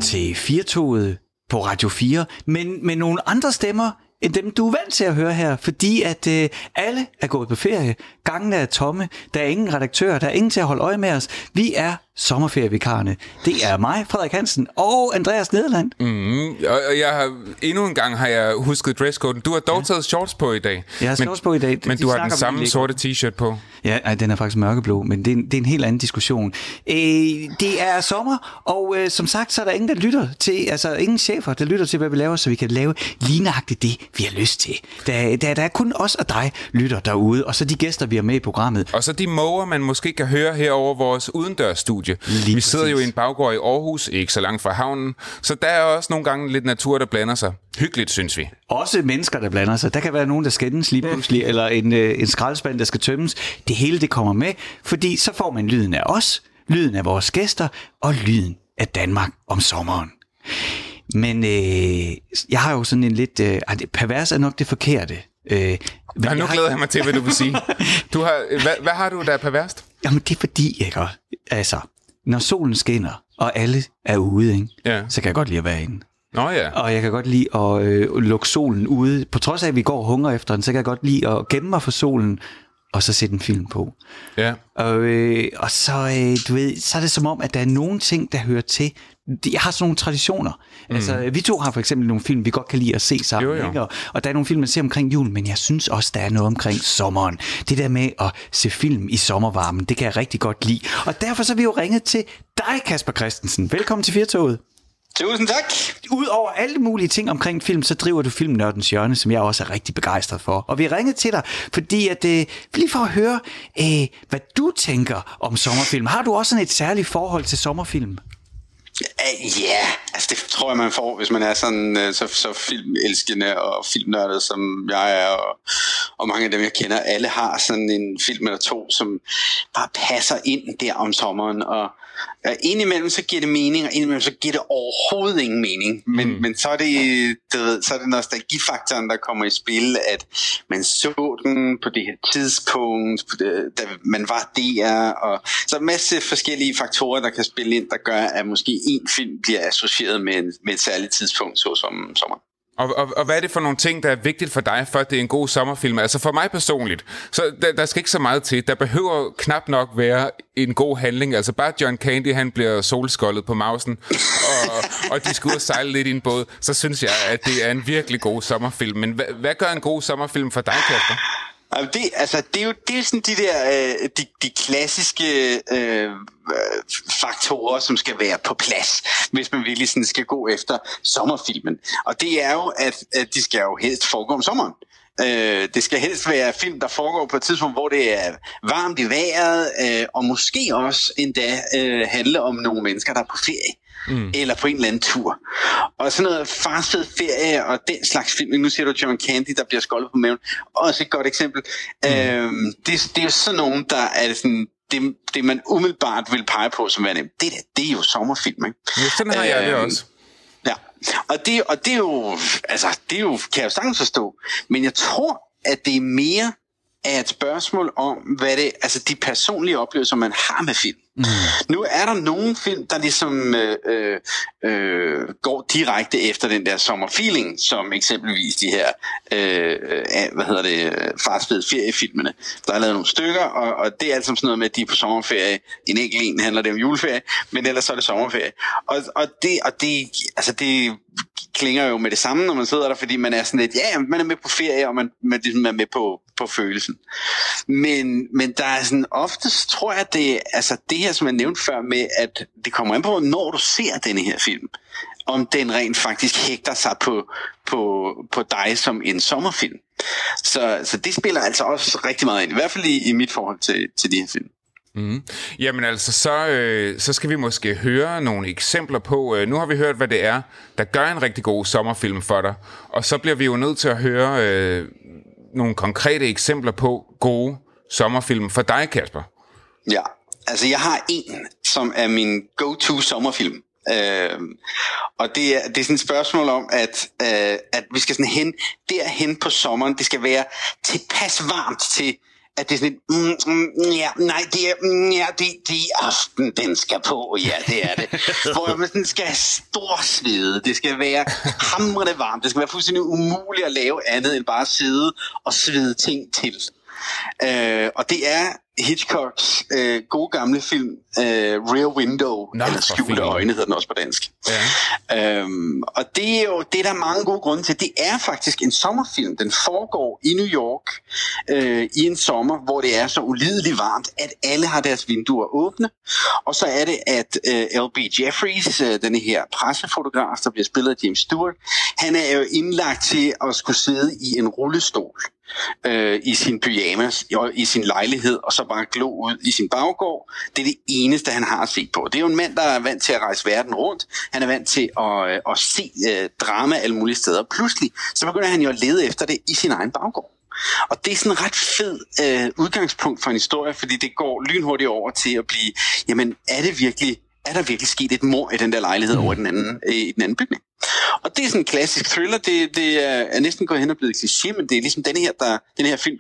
til Firtoget på Radio 4, men med nogle andre stemmer end dem, du er vant til at høre her, fordi at alle er gået på ferie, gangene er tomme, der er ingen redaktør, der er ingen til at holde øje med os. Vi er sommerferievikarerne. Det er mig, Frederik Hansen, og Andreas Nederland. Og endnu en gang har jeg husket dresscoden. Du har dog taget shorts på i dag. Jeg har shorts på i dag. Men du har den samme sorte t-shirt på. Ja, nej, den er faktisk mørkeblå, men det er en helt anden diskussion. Det er sommer, og som sagt, så er der ingen, der lytter til, altså ingen chefer, der lytter til, hvad vi laver, så vi kan lave lignagtigt det, vi har lyst til. Der er kun os og dig, lytter derude, og så de gæster, vi har med i programmet. Og så de måger, man måske kan høre her over vores udendørsstudie. Vi sidder jo i en baggård i Aarhus, ikke så langt fra havnen, så der er også nogle gange lidt natur, der blander sig. Hyggeligt, synes vi. Også mennesker, der blander sig. Der kan være nogen, der skændes lige pludselig, eller en skraldespand, der skal tømmes. Det hele, det kommer med, fordi så får man lyden af os, lyden af vores gæster, og lyden af Danmark om sommeren. Men jeg har jo sådan en lidt... pervers er nok det forkerte. Nu glæder jeg mig til, hvad du vil sige. Hvad har du, der er perverst? Jamen, det er fordi, ikke? Altså, når solen skinner, og alle er ude, ikke? Ja. Så kan jeg godt lide at være inde. Nå ja. Og jeg kan godt lide at lukke solen ude. På trods af, at vi går og hungrer efter den, så kan jeg godt lide at gemme mig for solen, og så sætte en film på. Ja. Og så, du ved, så er det som om, at der er nogle ting, der hører til. Jeg har sådan nogle traditioner. Altså, vi to har for eksempel nogle film, vi godt kan lide at se sammen. Jo. Ikke? Og der er nogle film, man ser omkring julen, men jeg synes også, der er noget omkring sommeren. Det der med at se film i sommervarmen, det kan jeg rigtig godt lide. Og derfor så er vi jo ringet til dig, Kasper Christensen. Velkommen til Firtoget. Tusind tak. Udover alle mulige ting omkring film, så driver du Filmnørdens Hjørne, som jeg også er rigtig begejstret for. Og vi har ringet til dig, fordi at, lige for at høre, hvad du tænker om sommerfilm. Har du også sådan et særligt forhold til sommerfilm? Ja, altså det tror jeg, man får, hvis man er sådan så filmelskende og filmnørdet, som jeg er, og mange af dem, jeg kender. Alle har sådan en film eller to, som bare passer ind der om sommeren, og indimellem så giver det mening, og indimellem så giver det overhovedet ingen mening. Men så er det nostalgifaktoren, der kommer i spil, at man så den på det her tidspunkt, da man var der, og så en masse forskellige faktorer, der kan spille ind, der gør, at måske en film bliver associeret med et særligt tidspunkt, såsom sommer. Og hvad er det for nogle ting, der er vigtigt for dig, for at det er en god sommerfilm? Altså for mig personligt, så der skal ikke så meget til. Der behøver knap nok være en god handling. Altså bare John Candy, han bliver solskoldet på mausen, og de skal ud og sejle lidt i en båd. Så synes jeg, at det er en virkelig god sommerfilm. Men hvad gør en god sommerfilm for dig, Kasper? Det er jo sådan de der de klassiske faktorer, som skal være på plads, hvis man virkelig sådan skal gå efter sommerfilmen. Og det er jo, at de skal jo helst foregå om sommeren. Det skal helst være film, der foregår på et tidspunkt, hvor det er varmt i vejret, og måske også endda handle om nogle mennesker, der er på ferie. Eller på en eller anden tur. Og sådan noget fastfed ferie og den slags film. Nu ser du John Candy, der bliver skoldet på maven. Også et godt eksempel. Det er jo sådan nogen, der er sådan det man umiddelbart vil pege på som værende. Det er jo sommerfilm, ikke? Ja, sådan har jeg det også. Ja. Og det er jo, altså det er jo, kan jeg jo sagtens forstå. Men jeg tror, at det er mere af et spørgsmål om, hvad det, altså de personlige oplevelser, man har med film. Nu er der nogle film, der ligesom går direkte efter den der sommerfeeling, som eksempelvis de her fastfede feriefilmene. Der er lavet nogle stykker, og det er altså sådan noget med, at de er på sommerferie. En enkelt en handler det om juleferie, men ellers så er det sommerferie. Og det klinger jo med det samme, når man sidder der, fordi man er sådan lidt, ja, man er med på ferie, og man ligesom er med på følelsen. Men der er sådan oftest, tror jeg, det her, som jeg nævnte før med, at det kommer an på, når du ser denne her film, om den rent faktisk hægter sig på dig som en sommerfilm. Så det spiller altså også rigtig meget ind, i hvert fald i mit forhold til de her film. Jamen altså, så skal vi måske høre nogle eksempler på, nu har vi hørt, hvad det er, der gør en rigtig god sommerfilm for dig, og så bliver vi jo nødt til at høre nogle konkrete eksempler på gode sommerfilm for dig, Kasper. Ja, altså jeg har en, som er min go-to sommerfilm. Og det er sådan et spørgsmål om, at vi skal sådan derhen på sommeren. Det skal være tilpas varmt til, at det er sådan det er aften, den skal på, ja, det er det. Hvor man sådan skal have stor svede, det skal være hamrende varmt, det skal være fuldstændig umuligt at lave andet end bare at sidde og svede ting til. Og det er Hitchcocks gode gamle film Rear Window, eller Skjulte øjne hedder den også på dansk. Ja. Og det er jo det er der mange gode grunde til. Det er faktisk en sommerfilm. Den foregår i New York i en sommer, hvor det er så ulideligt varmt, at alle har deres vinduer åbne. Og så er det, at L.B. Jeffries, denne her pressefotograf, der bliver spillet af James Stewart, han er jo indlagt til at skulle sidde i en rullestol i sin pyjamas i sin lejlighed, og så bare glo ud i sin baggård. Det er det eneste, han har at se på. Det er jo en mand, der er vant til at rejse verden rundt. Han er vant til at se drama alle mulige steder. Pludselig så begynder han jo at lede efter det i sin egen baggård. Og det er sådan en ret fed udgangspunkt for en historie, fordi det går lynhurtigt over til at blive, jamen er der virkelig sket et mord i den der lejlighed over i den anden bygning? Og det er sådan en klassisk thriller. Det er næsten gået hen og blevet kliché, men det er ligesom den her film,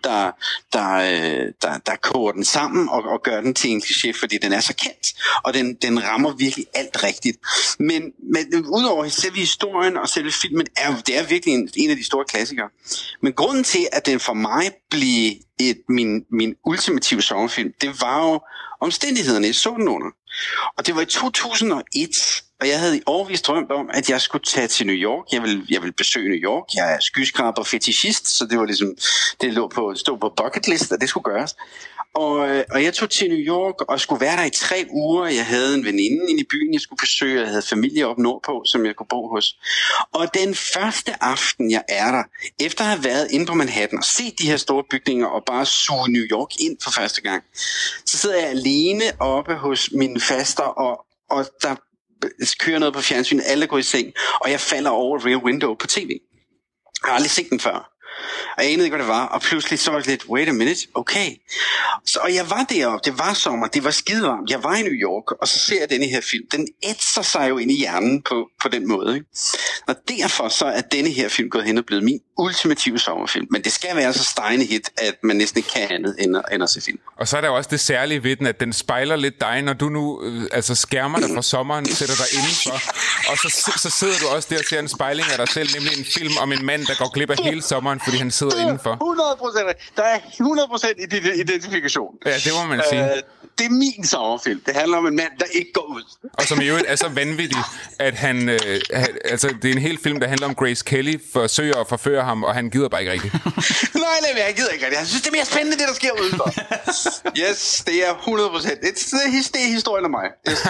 der koger den sammen og gør den til en kliché, fordi den er så kendt, og den rammer virkelig alt rigtigt. Men udover selve historien og selve filmen, det er virkelig en af de store klassikere. Men grunden til, at den for mig blev min ultimative sommerfilm, det var jo omstændighederne, jeg så den under. Og det var i 2001, og jeg havde i årevis drømt om, at jeg skulle tage til New York. Jeg vil besøge New York. Jeg er skyskraber fetishist, så det var ligesom, det stod på bucket list, at det skulle gøres. Og jeg tog til New York og skulle være der i 3 uger. Jeg havde en veninde inde i byen, jeg skulle besøge. Jeg havde familie op nordpå, som jeg kunne bo hos. Og den første aften, jeg er der, efter at have været inde på Manhattan og set de her store bygninger og bare suge New York ind for første gang, så sidder jeg alene oppe hos mine faster, og der kører noget på fjernsynet, alle går i seng, og jeg falder over Rear Window på tv. Jeg har aldrig set den før. Og jeg anede ikke, hvad det var, og pludselig så var det lidt, wait a minute, okay. Og jeg var deroppe, det var sommer, det var skidevarmt, jeg var i New York, og så ser jeg denne her film. Den ætser sig jo ind i hjernen på den måde, ikke? Og derfor så er denne her film gået hen og blevet min ultimative sommerfilm. Men det skal være så stejende hit, at man næsten ikke kan andet end at se film. Og så er der jo også det særlige ved den, at den spejler lidt dig, når du nu skærmer dig fra sommeren, sætter dig indenfor, og så sidder du også der og ser en spejling af dig selv, nemlig en film om en mand, der går glip af hele sommeren, fordi han sidder indenfor. 100%. Der er 100% identifikation. Ja, det må man sige. Det er min sommerfilm. Det handler om en mand, der ikke går ud. Og som i øvrigt er så vanvittig, at han... det er en hel film, der handler om Grace Kelly, forsøger at forføre ham, og han gider bare ikke rigtigt. Nej, han gider ikke rigtigt. Han synes, det er mere spændende, det der sker udenfor. Yes, det er 100%. Det er historien om mig. Yes.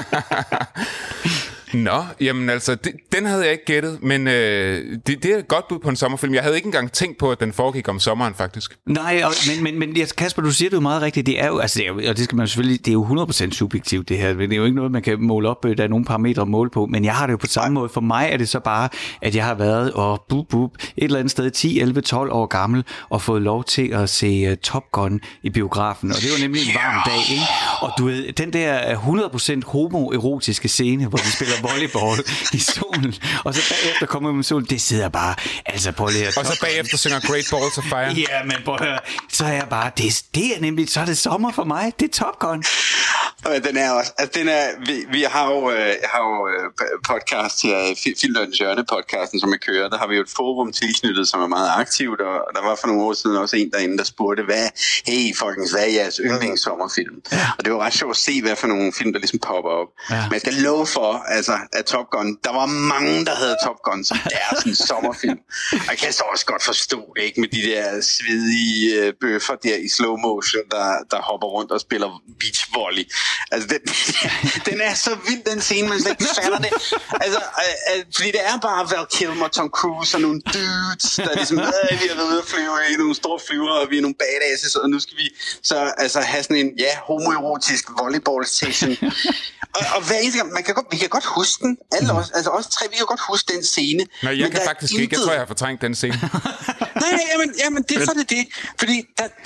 Nå, jamen altså, den havde jeg ikke gættet, men det er et godt bud på en sommerfilm. Jeg havde ikke engang tænkt på, at den foregik om sommeren, faktisk. Nej, men Kasper, du siger det jo meget rigtigt. Det er jo, altså, og det skal man selvfølgelig, det er jo 100% subjektivt, det her. Det er jo ikke noget, man kan måle op, der er nogle parametre at måle på, men jeg har det jo på samme måde. For mig er det så bare, at jeg har været et eller andet sted 10, 11, 12 år gammel, og fået lov til at se Top Gun i biografen, og det var nemlig en varm dag, ikke? Og du ved, den der 100% homoerotiske scene, hvor de spiller volleyball i solen, og så bagefter kommer man med solen, det sidder bare, altså på lidt. Og så bagefter synger Great Balls of Fire. Ja, men prøv at høre, så er jeg bare, det er nemlig, så er det sommer for mig, det er Top Gun. Den er også, altså jeg har jo podcast her, Filmnørdens Hjørne podcasten, som jeg kører, der har vi jo et forum tilknyttet, som er meget aktivt, og der var for nogle år siden også en derinde, der spurgte, hvad er jeres yndlingssommerfilm? Ja. Og det var ret sjovt at se, hvad for nogle film, der ligesom popper op. Ja. Men jeg skal love for, altså, at Top Gun, der var mange, der havde Top Gun som deres en sommerfilm. Og jeg kan så også godt forstå det, ikke, med de der svedige bøffer der i slow motion, der hopper rundt og spiller beach volley. Altså, den er så vild, den scene, man slet ikke fatter det. Altså, fordi det er bare Val Kilmer, Tom Cruise og nogle dudes, der ligesom, vi har været ude at flyve i nogle store flyver, og vi er nogle badasses, og nu skal vi så altså have sådan en, homoerotisk volleyball session. Og hver eneste gang, vi kan godt huske den, alle os, altså os tre, vi kan godt huske den scene. Nej, jeg kan faktisk ikke, jeg tror, jeg har fortrængt den scene. Nej, det er så det, fordi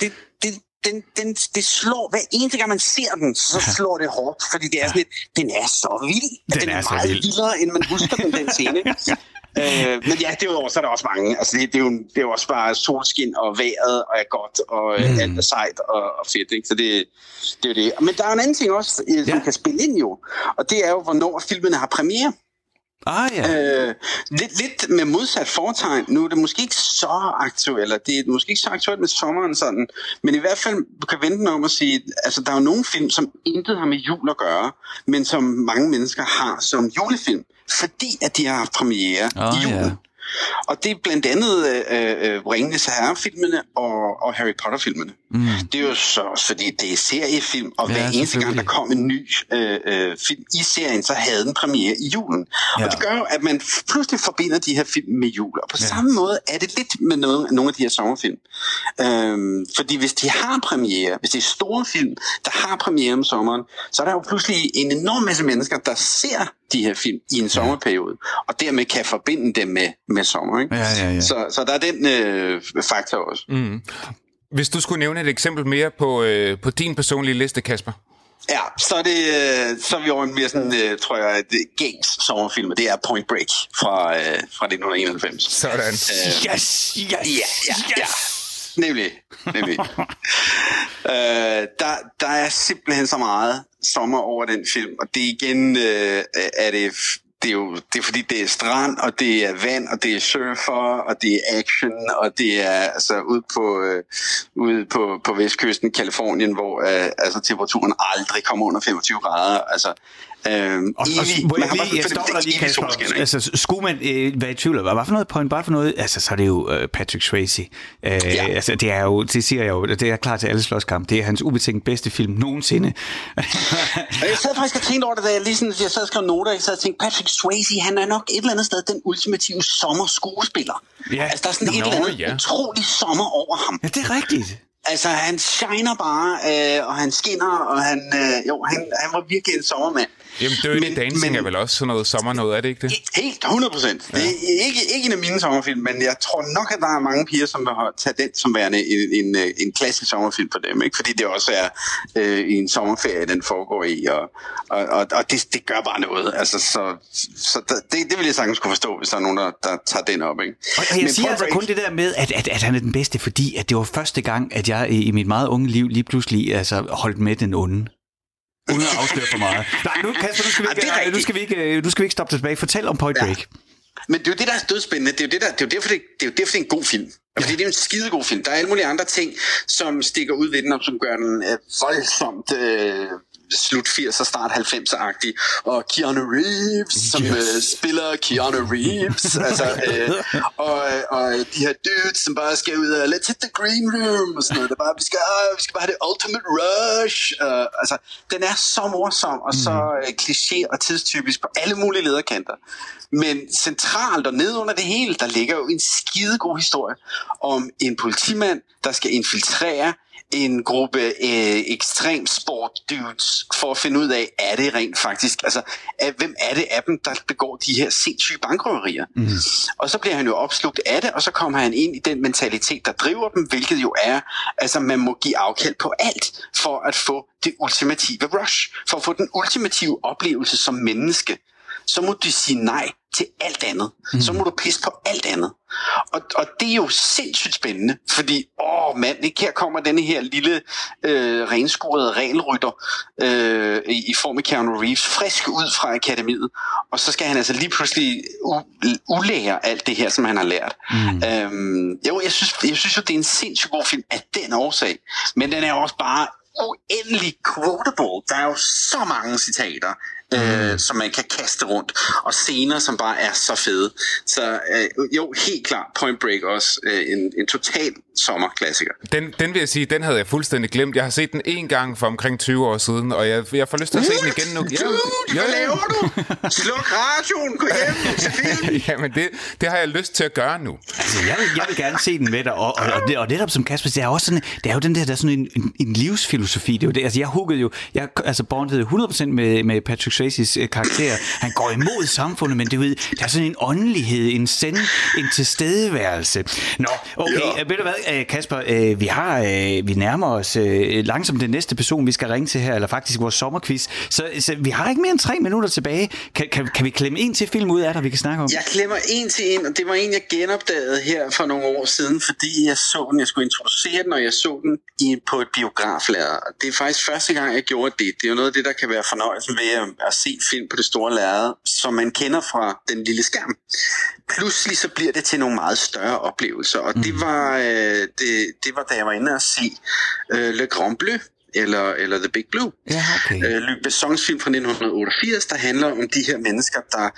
det slår, hver eneste gang man ser den, så slår det hårdt, fordi det er sådan lidt, den er så vild. Den er meget vildere, end man husker den scene. Men ja, derudover så er der også mange. Altså, det er jo også bare solskin, og vejret og er godt, og alt er sejt og fedt. Ikke? Så det er jo det. Men der er en anden ting også, som kan spille ind jo. Og det er jo, hvornår filmene har premiere. Lidt med modsat fortegn. Nu er det måske ikke så aktuelt, eller det er måske ikke så aktuelt med sommeren sådan, men i hvert fald du kan vente om at sige, altså der er jo nogle film, som intet har med jul at gøre, men som mange mennesker har som julefilm, fordi at de har haft premiere i julen. Og det er blandt andet Ringenes Herre-filmene og Harry Potter-filmene. Det er jo så også fordi det er seriefilm, og hver eneste gang der kom en ny film i serien, så havde den premiere i julen. Og det gør jo, at man pludselig forbinder de her film med jul. Og på samme måde er det lidt med nogle af de her sommerfilm. Fordi hvis de har premiere, hvis det er store film, der har premiere om sommeren, så er der jo pludselig en enorm masse mennesker, der ser de her film i en sommerperiode, og dermed kan forbinde dem med sommer. Ikke? Ja. Så der er den faktor også. Hvis du skulle nævne et eksempel mere på din personlige liste, Kasper? Ja, så er vi over en mere sådan, tror jeg, et gængs sommerfilm, og det er Point Break fra 1991. Sådan. Yes! Ja. Nemlig. Der er simpelthen så meget sommer over den film, og det igen det er fordi det er strand, og det er vand, og det er surfer, og det er action, og det er altså ude på vestkysten, Californien, hvor altså temperaturen aldrig kommer under 25 grader. Altså skulle man være i tvivl, hvad for noget Point, bare for noget, altså så er det jo Patrick Swayze. Altså det er jo, det siger jeg jo, det er klar til alle slåskamp. Det er hans ubetinget bedste film nogensinde. Jeg sad faktisk og tænkte over det, da jeg sad og skrev noter, jeg sad og tænkte, Patrick Swayze, han er nok et eller andet sted den ultimative sommerskuespiller. Altså der er sådan et eller andet utrolig sommer over ham. Ja, det er rigtigt. Altså, han shiner bare, og han skinner, og han var virkelig en sommermand. Jamen, Dirty Dancing er vel også sådan noget sommer noget, er det ikke det? Helt 100%. Det er ikke en af mine sommerfilm, men jeg tror nok, at der er mange piger, som vil tage den som værende en klassisk sommerfilm for dem, ikke? Fordi det også er en sommerferie, den foregår i, og det gør bare noget. Altså, så det vil jeg sagtens kunne forstå, hvis der er nogen, der tager den op, ikke? Og jeg siger altså kun det der med, at han er den bedste, fordi at det var første gang, at jeg i mit meget unge liv lige pludselig holdt med den onde. Uden at afsløre for meget. Nej, nu Kasper, nu skal vi ikke stoppe tilbage. Fortæl om Point Break. Men det er jo det, der er dødspændende. Det er jo derfor, det er en god film. Fordi det er en skidegod film. Der er alle mulige andre ting, som stikker ud ved den, og som gør den voldsomt slut 80'er, start 90'er-agtig. Og Keanu Reeves, som spiller Keanu Reeves. Altså, og de her dudes, som bare skal ud og let's hit the green room og sådan noget. Der bare, vi skal bare have det ultimate rush. Altså, den er så morsom og så kliché og tidstypisk på alle mulige lederkanter. Men centralt og ned under det hele, der ligger jo en skidegod historie om en politimand, der skal infiltrere en gruppe ekstremsport dudes for at finde ud af, er det rent faktisk, altså hvem er det af dem, der begår de her sindssyge bankrøverier. Og så bliver han jo opslugt af det, og så kommer han ind i den mentalitet, der driver dem, hvilket jo er, altså man må give afkald på alt for at få det ultimative rush, for at få den ultimative oplevelse som menneske. Så må du sige nej til alt andet. Så må du pisse på alt andet. Og det er jo sindssygt spændende, fordi, her kommer denne her lille renskurede regelrytter i form af Keanu Reeves, frisk ud fra akademiet, og så skal han altså lige pludselig ulære alt det her, som han har lært. Jeg synes jo, det er en sindssygt god film af den årsag, men den er også bare uendelig quotable. Der er jo så mange citater, som man kan kaste rundt, og scener, som bare er så fede. Så jo, helt klart Point Break også en total sommerklassiker. Den vil jeg sige, den havde jeg fuldstændig glemt. Jeg har set den en gang for omkring 20 år siden, og jeg får lyst til at se den igen nu. Hvad laver du? Sluk radioen, gå hjem til film. Jamen, det har jeg lyst til at gøre nu. Altså, jeg vil gerne se den med dig, og netop som Kasper, det er også sådan, det er jo den der sådan en livsfilosofi. Det er jo det. Altså, jeg bondede 100% med Patrick Swayze's karakter. Han går imod samfundet, men det, der er sådan en åndelighed, en tilstedeværelse. Nå, okay, ved du hvad, Kasper, vi nærmer os langsomt den næste person, vi skal ringe til her, eller faktisk vores sommerquiz. Så vi har ikke mere end 3 minutter tilbage. Kan vi klemme en til film ud af dig, vi kan snakke om? Jeg klemmer en til en, og det var en, jeg genopdagede her for nogle år siden, fordi jeg så den, jeg skulle introducere den, og jeg så den på et biograflærred. Og det er faktisk første gang, jeg gjorde det. Det er jo noget af det, der kan være fornøjelsen ved at se film på det store lærred, som man kender fra den lille skærm. Pludselig så bliver det til nogle meget større oplevelser, og det var da jeg var inde og se Le Grand Bleu, eller The Big Blue. Ja, okay. Luc Bessons film fra 1988, der handler om de her mennesker, der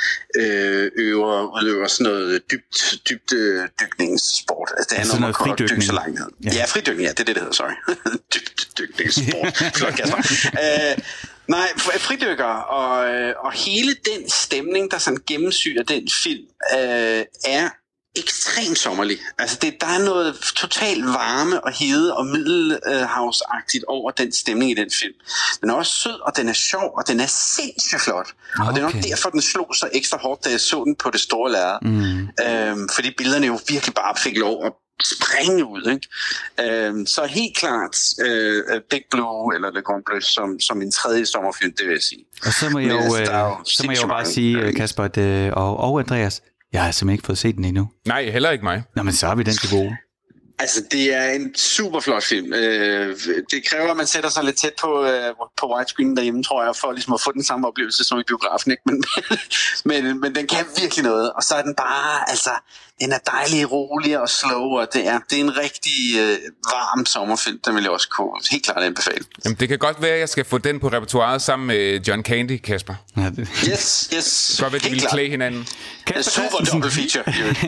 udøver sådan noget dybt dykningssport. Altså det handler om at dykke så langt ned. Ja, fridykning, det er det hedder, sorry. Dybt dykningssport. Flot, Kasper. Nej, fridykker, og hele den stemning, der sådan gennemsyrer den film, er ekstremt sommerlig. Altså der er noget totalt varme og hede og middelhavsagtigt over den stemning i den film. Den er også sød, og den er sjov, og den er sindssygt flot. Okay. Og det er nok derfor, den slog så ekstra hårdt, da jeg så den på det store lærred. Fordi billederne jo virkelig bare fik lov at springe ud, ikke? Så helt klart Big Blue eller Le Grand Bleu som min tredje sommerfilm, det vil jeg sige. Og så må jeg jo bare sige, Kasper og Andreas, jeg har simpelthen ikke fået set den endnu. Nej, heller ikke mig. Nå, men så har vi den til gode. Altså, det er en super flot film. Det kræver, at man sætter sig lidt tæt på widescreen derhjemme, tror jeg, for ligesom at få den samme oplevelse som i biografen, ikke? Men den kan virkelig noget. Og så er den bare, altså, den er dejlig, rolig og slow, og det er en rigtig varm sommerfilm, den vil jeg også kunne helt klart anbefale. Jamen, det kan godt være, at jeg skal få den på repertoiret sammen med John Candy, Kasper. Ja, yes. Godt være, at de vil klæde hinanden. Super double feature.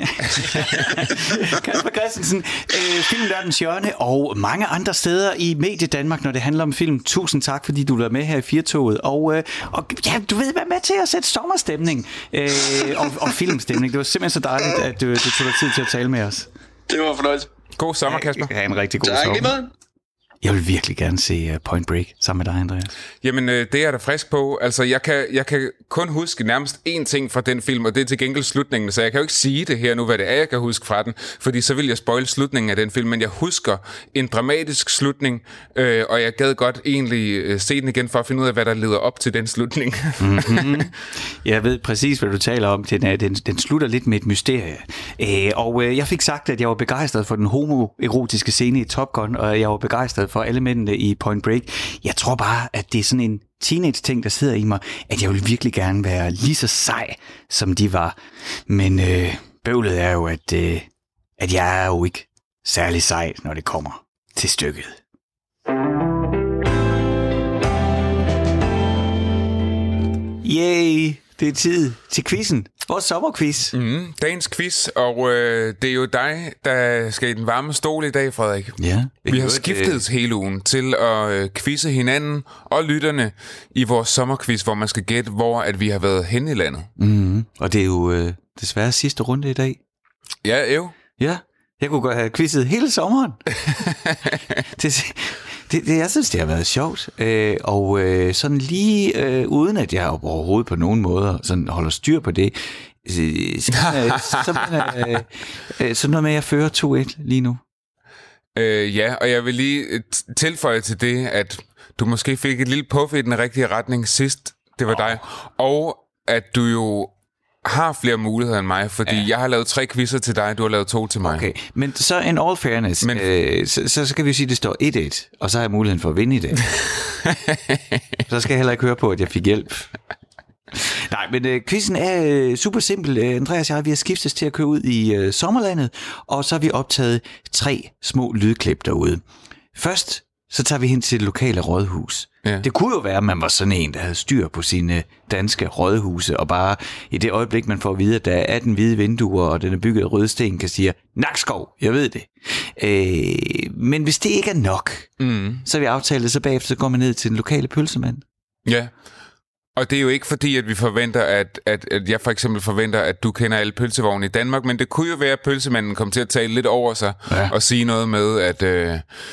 Kasper Christensen, Filmnørdens Hjørne og mange andre steder i Medie Danmark, når det handler om film. Tusind tak, fordi du var med her i Firtoget. Og ja, du ved, hvad med til at sætte sommerstemning og filmstemning. Det var simpelthen så dejligt, at du tog dig tid til at tale med os. Det var fornøjelse. God sommer, Kasper. Ja, en rigtig god sommer. Jeg vil virkelig gerne se Point Break sammen med dig, Andreas. Jamen, det er jeg da frisk på. Altså, jeg kan kun huske nærmest én ting fra den film, og det er til gengæld slutningen. Så jeg kan jo ikke sige det her nu, hvad det er, jeg kan huske fra den, fordi så vil jeg spoile slutningen af den film. Men jeg husker en dramatisk slutning, og jeg gad godt egentlig se den igen for at finde ud af, hvad der leder op til den slutning. Jeg ved præcis, hvad du taler om. Den slutter lidt med et mysterie. Og jeg fik sagt, at jeg var begejstret for den homoerotiske scene i Top Gun, og jeg var begejstret for alle mændene i Point Break. Jeg tror bare, at det er sådan en teenage-ting, der sidder i mig, at jeg vil virkelig gerne være lige så sej, som de var. Men bøvlet er jo, at jeg er jo ikke særlig sej, når det kommer til stykket. Yay! Det er tid til quizzen. Vores sommerquiz. Dagens quiz, og det er jo dig, der skal i den varme stol i dag, Frederik. Ja. Vi har skiftet hele ugen til at quizze hinanden og lytterne i vores sommerquiz, hvor man skal gætte, hvor at vi har været henne i landet. Og det er jo desværre sidste runde i dag. Ja, jo. Ja, jeg kunne godt have quizzet hele sommeren. Jeg synes, det har været sjovt, og sådan lige uden at jeg overhovedet på nogen måder sådan holder styr på det, så noget med, at jeg fører 2-1 lige nu. Ja, og jeg vil lige tilføje til det, at du måske fik et lille puff i den rigtige retning sidst, det var dig, og at du jo har flere muligheder end mig, fordi jeg har lavet 3 quizzer til dig, du har lavet 2 til mig. Okay, men så in all fairness, så kan vi sige, at det står 1-1, og så har jeg muligheden for at vinde i dag. Så skal jeg heller ikke høre på, at jeg fik hjælp. Nej, men quizzen er super simpel. Andreas og jeg, vi har skiftet til at køre ud i sommerlandet, og så har vi optaget 3 små lydklip derude. Først så tager vi hen til det lokale rådhus. Ja. Det kunne jo være, at man var sådan en, der havde styr på sine danske rådhuse, og bare i det øjeblik, man får at vide, at der er 18 hvide vinduer, og den er bygget af rødsten, kan sige, Nakskov, jeg ved det. Men hvis det ikke er nok, så har vi aftalt det, så bagefter så går man ned til den lokale pølsemand. Ja, og det er jo ikke fordi, at vi forventer, at jeg for eksempel forventer, at du kender alle pølsevogne i Danmark, men det kunne jo være, at pølsemanden kom til at tale lidt over sig, og sige noget med,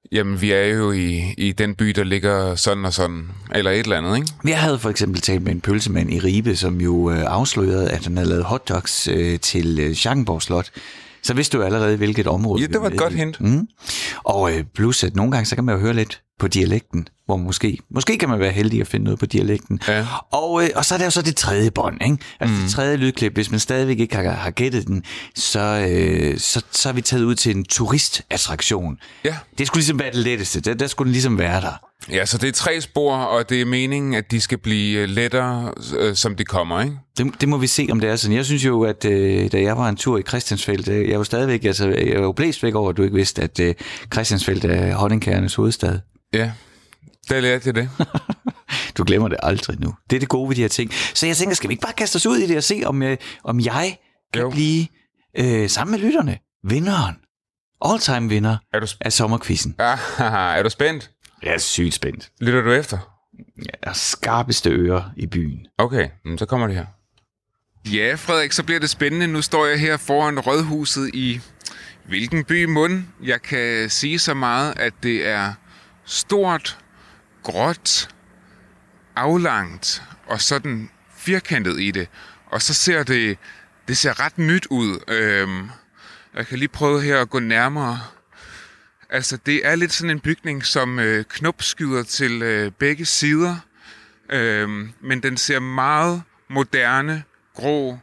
Jamen, vi er jo i den by, der ligger sådan og sådan, eller et eller andet, ikke? Jeg havde for eksempel talt med en pølsemand i Ribe, som jo afslørede, at han havde lavet hotdogs til Schackenborg Slot. Så vidste du allerede, hvilket område. Ja, det var et godt hint. Og plus, at nogle gange, så kan man jo høre lidt på dialekten, hvor måske kan man være heldig at finde noget på dialekten. Ja. Og så er der jo så det tredje bånd, ikke? Altså det tredje lydklip, hvis man stadigvæk ikke har gættet den, så er vi taget ud til en turistattraktion. Ja. Det skulle ligesom være det letteste. Der skulle den ligesom være der. Ja, så det er 3 spor, og det er meningen, at de skal blive lettere, som de kommer, ikke? Det må vi se, om det er sådan. Jeg synes jo, at da jeg var en tur i Christiansfeld, jeg var stadigvæk, altså jeg var jo blæst væk over, at du ikke vidste, at Christiansfeld er honningkærernes hovedstad. Ja, der lærte jeg det. Du glemmer det aldrig nu. Det er det gode ved de her ting. Så jeg tænker, skal vi ikke bare kaste os ud i det og se, om jeg kan blive sammen med lytterne vinderen, all-time vinder af sommerquizzen. Er du spændt? Jeg er sygt spændt. Lytter du efter? Jeg er skarpeste ører i byen. Okay, så kommer det her. Ja, Frederik, så bliver det spændende. Nu står jeg her foran Rådhuset i hvilken by mund? Jeg kan sige så meget, at det er stort, gråt, aflangt og sådan firkantet i det. Og så ser det ser ret nyt ud. Jeg kan lige prøve her at gå nærmere. Altså, det er lidt sådan en bygning, som knopskyder til begge sider. Men den ser meget moderne, grå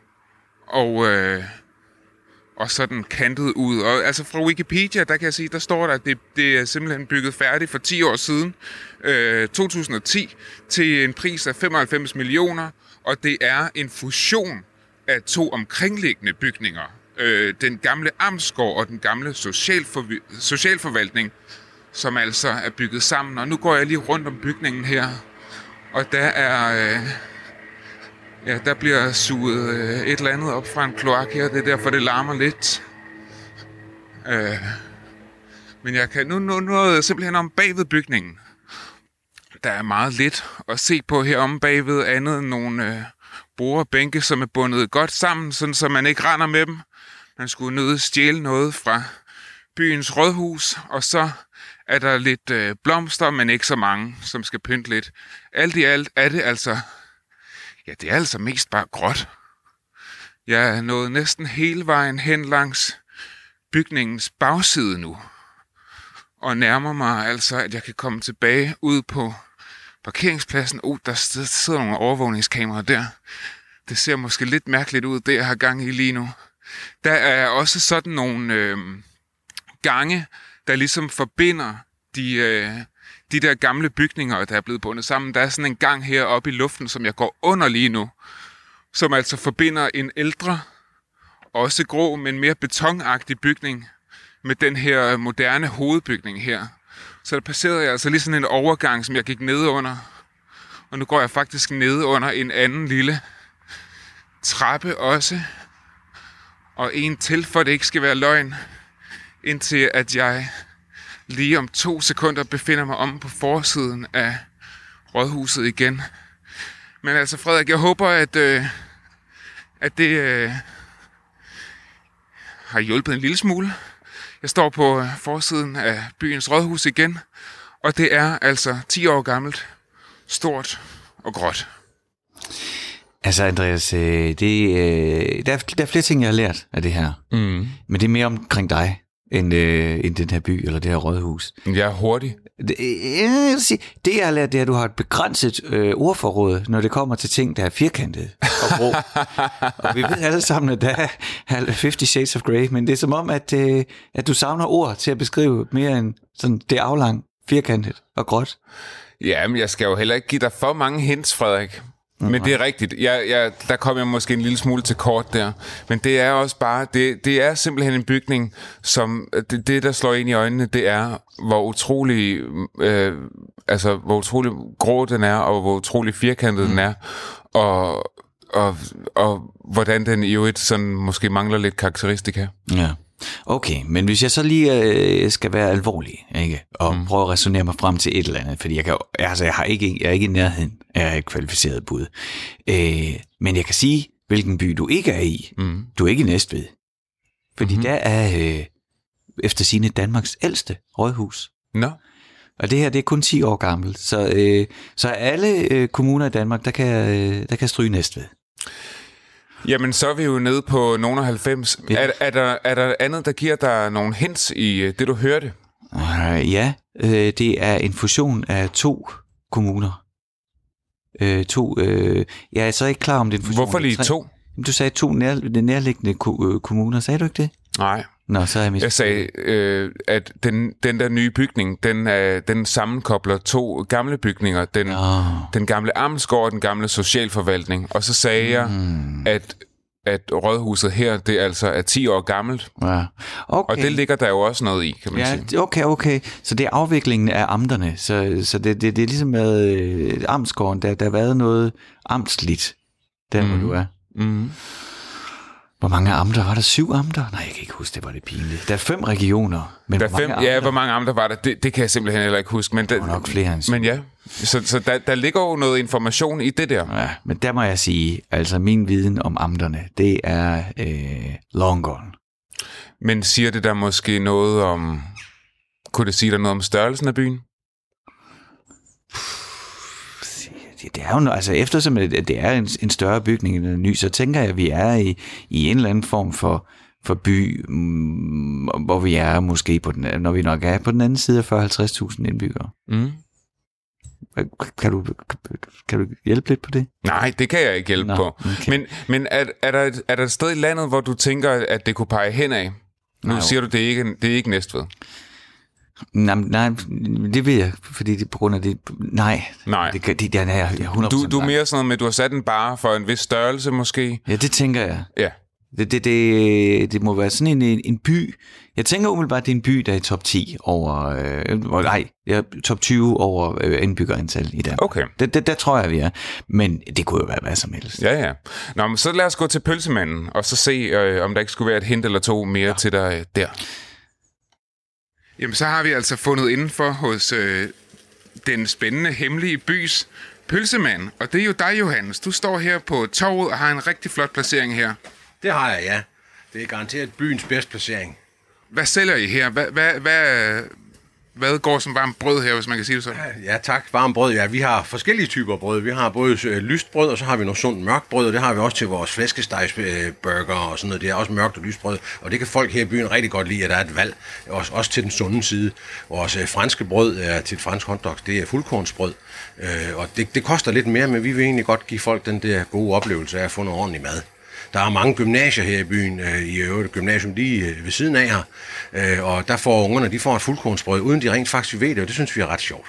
og sådan kantet ud. Og altså fra Wikipedia, der kan jeg sige, der står der, at det er simpelthen bygget færdigt for 10 år siden, 2010, til en pris af 95 millioner, og det er en fusion af 2 omkringliggende bygninger. Den gamle amtsgård og den gamle socialforvaltning, som altså er bygget sammen. Og nu går jeg lige rundt om bygningen her, og der er... der bliver suget et eller andet op fra en kloak her. Det er derfor, det larmer lidt. Men jeg kan nu simpelthen om bagved bygningen. Der er meget lidt at se på her om bagved, andet end nogle bordbænke, som er bundet godt sammen, sådan så man ikke render med dem. Man skulle nødt stjæle noget fra byens rådhus, og så er der lidt blomster, men ikke så mange, som skal pynte lidt. Alt i alt er det altså... Ja, det er altså mest bare gråt. Jeg er nået næsten hele vejen hen langs bygningens bagside nu. Og nærmer mig altså, at jeg kan komme tilbage ud på parkeringspladsen. Der sidder nogle overvågningskameraer der. Det ser måske lidt mærkeligt ud, det jeg har gang i lige nu. Der er også sådan nogle gange, der ligesom forbinder de der gamle bygninger, der er blevet bundet sammen. Der er sådan en gang heroppe i luften, som jeg går under lige nu, som altså forbinder en ældre, også grå, men mere betonagtig bygning med den her moderne hovedbygning her. Så der passerede jeg altså lige sådan en overgang, som jeg gik ned under. Og nu går jeg faktisk ned under en anden lille trappe også. Og en til, for det ikke skal være løgn, indtil at jeg lige om 2 sekunder befinder mig om på forsiden af Rådhuset igen. Men altså, Frederik, jeg håber, at det har hjulpet en lille smule. Jeg står på forsiden af byens Rådhus igen, og det er altså 10 år gammelt, stort og gråt. Altså, Andreas, der er flere ting, jeg har lært af det her. Men det er mere omkring dig, end den her by eller det her rådhus. Jeg er hurtig. Det jeg har lært, det er, at du har et begrænset ordforråd, når det kommer til ting, der er firkantet og grå. Og vi ved alle sammen, at der er 50 Shades of Grey, men det er som om, at du savner ord til at beskrive mere end sådan det aflang, firkantet og gråt. Ja, men jeg skal jo heller ikke give dig for mange hints, Frederik. Men det er rigtigt. Der kom jeg måske en lille smule til kort der. Men det er også bare... Det er simpelthen en bygning, som... Det, der slår ind i øjnene, det er, hvor utrolig... hvor utrolig grå den er, og hvor utrolig firkantet den er. Og hvordan den i øvrigt sådan måske mangler lidt karakteristika. Ja. Okay, men hvis jeg så lige skal være alvorlig, ikke, og prøve at resonere mig frem til et eller andet, fordi jeg er ikke i nærheden af et kvalificeret bud, men jeg kan sige, hvilken by du ikke er i. Du er ikke i Næstved, fordi der er efter sigende Danmarks ældste rådhus. Nå. Og det her, det er kun 10 år gammelt. Så alle kommuner i Danmark, der kan stryge Næstved. Jamen, så er vi jo nede på nogle af 90. Ja. Er der andet, der giver dig nogle hints i det, du hørte? Ja, det er en fusion af 2 kommuner. Jeg er så ikke klar om det er en fusion. Hvorfor lige 2? Du sagde 2 nærliggende kommuner, sagde du ikke det? Nej. Nå, så er jeg sagde, at den der nye bygning, den sammenkobler 2 gamle bygninger. Den gamle Amtsgård og den gamle socialforvaltning. Og så sagde jeg, at rådhuset her, det altså er 10 år gammelt. Ja. Okay. Og det ligger der jo også noget i, kan man sige. Okay. Så det er afviklingen af amterne. Så det er ligesom med Amtsgården, der har været noget amtsligt, der hvor du er. Mm. Hvor mange amter var der? 7 amter? Nej, jeg kan ikke huske, det var lidt pinligt. Der er 5 regioner. Men hvor mange amter var der? Det kan jeg simpelthen heller ikke huske. Men der var nok flere end 7. Men ja, så der ligger jo noget information i det der. Ja, men der må jeg sige, altså min viden om amterne, det er long gone. Men siger det der måske noget om... Kunne det sige der noget om størrelsen af byen? Det er jo, altså eftersom det er en større bygning end en ny, så tænker jeg, at vi er i en eller anden form for by, hvor vi er måske når vi nok er på den anden side af 40-50.000 indbyggere. Mm. Kan du hjælpe lidt på det? Nej, det kan jeg ikke hjælpe på. Okay. Men er der et sted i landet, hvor du tænker, at det kunne pege hen af? Nu siger du, det er ikke Næstved. Nej, det ved jeg, fordi det på grund af det... Nej. Det er jeg 100%. Du er mere sådan noget med, at du har sat en barre for en vis størrelse, måske? Ja, det tænker jeg. Ja. Det må være sådan en by. Jeg tænker umiddelbart, at det er en by, der er i top 10 over... top 20 over indbyggerantal i Danmark. Okay. Der tror jeg, vi er. Men det kunne jo være hvad som helst. Ja. Nå, men så lad os gå til pølsemanden, og så se, om der ikke skulle være et hint eller 2 mere til dig der. Jamen, så har vi altså fundet indenfor hos den spændende, hemmelige bys pølsemand. Og det er jo dig, Johannes. Du står her på torvet og har en rigtig flot placering her. Det har jeg, ja. Det er garanteret byens bedste placering. Hvad sælger I her? Hvad går som varmt brød her, hvis man kan sige det sådan? Ja, tak. Varmt brød, ja. Vi har forskellige typer brød. Vi har både lyst brød, og så har vi noget sundt mørkt brød, og det har vi også til vores flæskestegsburger og sådan noget. Det er også mørkt og lyst brød, og det kan folk her i byen rigtig godt lide, at der er et valg, også til den sunde side. Vores franske brød er til et fransk hotdogs, det er fuldkornsbrød, og det koster lidt mere, men vi vil egentlig godt give folk den der gode oplevelse af at få noget ordentlig mad. Der er mange gymnasier her i byen, i øvrigt gymnasium lige ved siden af her, og der får ungerne, de får et fuldkornsbrød, uden de rent faktisk ved det, og det synes vi er ret sjovt.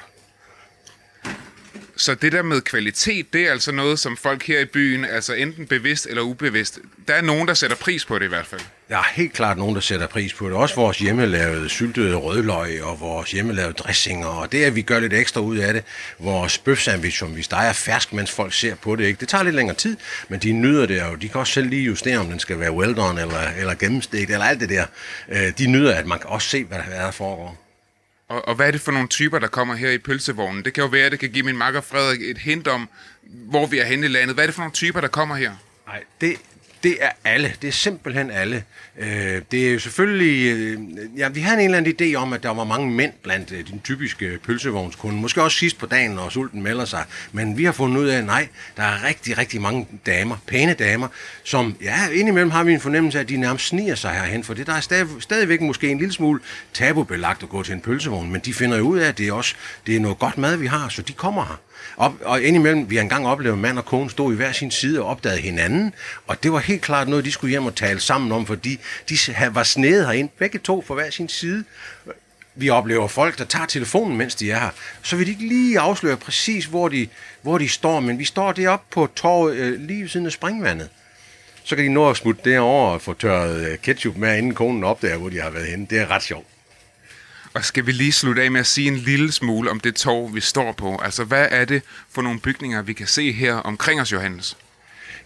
Så det der med kvalitet, det er altså noget, som folk her i byen, altså enten bevidst eller ubevidst, der er nogen, der sætter pris på det i hvert fald. Der er helt klart nogen, der sætter pris på det. Også vores hjemmelavede syltede rødløg og vores hjemmelavede dressinger, og det er, at vi gør lidt ekstra ud af det. Vores bøfsandwich, som vi steger fersk, mens folk ser på det, ikke? Det tager lidt længere tid, men de nyder det, og de kan også selv lige justere, om den skal være well done eller gennemstegt, eller alt det der. De nyder, at man kan også se, hvad der foregår. Og hvad er det for nogle typer, der kommer her i pølsevognen? Det kan jo være, at det kan give min makker Frederik et hint om, hvor vi er henne i landet. Hvad er det for nogle typer, der kommer her? Nej, det er alle. Det er simpelthen alle. Det er jo selvfølgelig... vi havde en eller anden idé om, at der var mange mænd blandt de typiske pølsevognskunder. Måske også sidst på dagen, når sulten melder sig. Men vi har fundet ud af, at nej, der er rigtig, rigtig mange damer, pæne damer, som, indimellem har vi en fornemmelse af, at de nærmest sniger sig herhen. For der er stadigvæk måske en lille smule tabubelagt at gå til en pølsevogn, men de finder jo ud af, at det er noget godt mad, vi har, så de kommer her. Og indimellem, vi har engang oplevet, at mand og kone stod i hver sin side og opdagede hinanden, og det var helt klart noget, de skulle hjem og tale sammen om, fordi de var snedet herind, begge to fra hver sin side. Vi oplever folk, der tager telefonen, mens de er her, så vil de ikke lige afsløre præcis, hvor de står, men vi står deroppe på torvet lige ved siden af springvandet. Så kan de nå at smutte derover og få tørret ketchup med, inden konen opdager, hvor de har været henne. Det er ret sjovt. Og skal vi lige slutte af med at sige en lille smule om det torv, vi står på? Altså, hvad er det for nogle bygninger, vi kan se her omkring os, Johannes?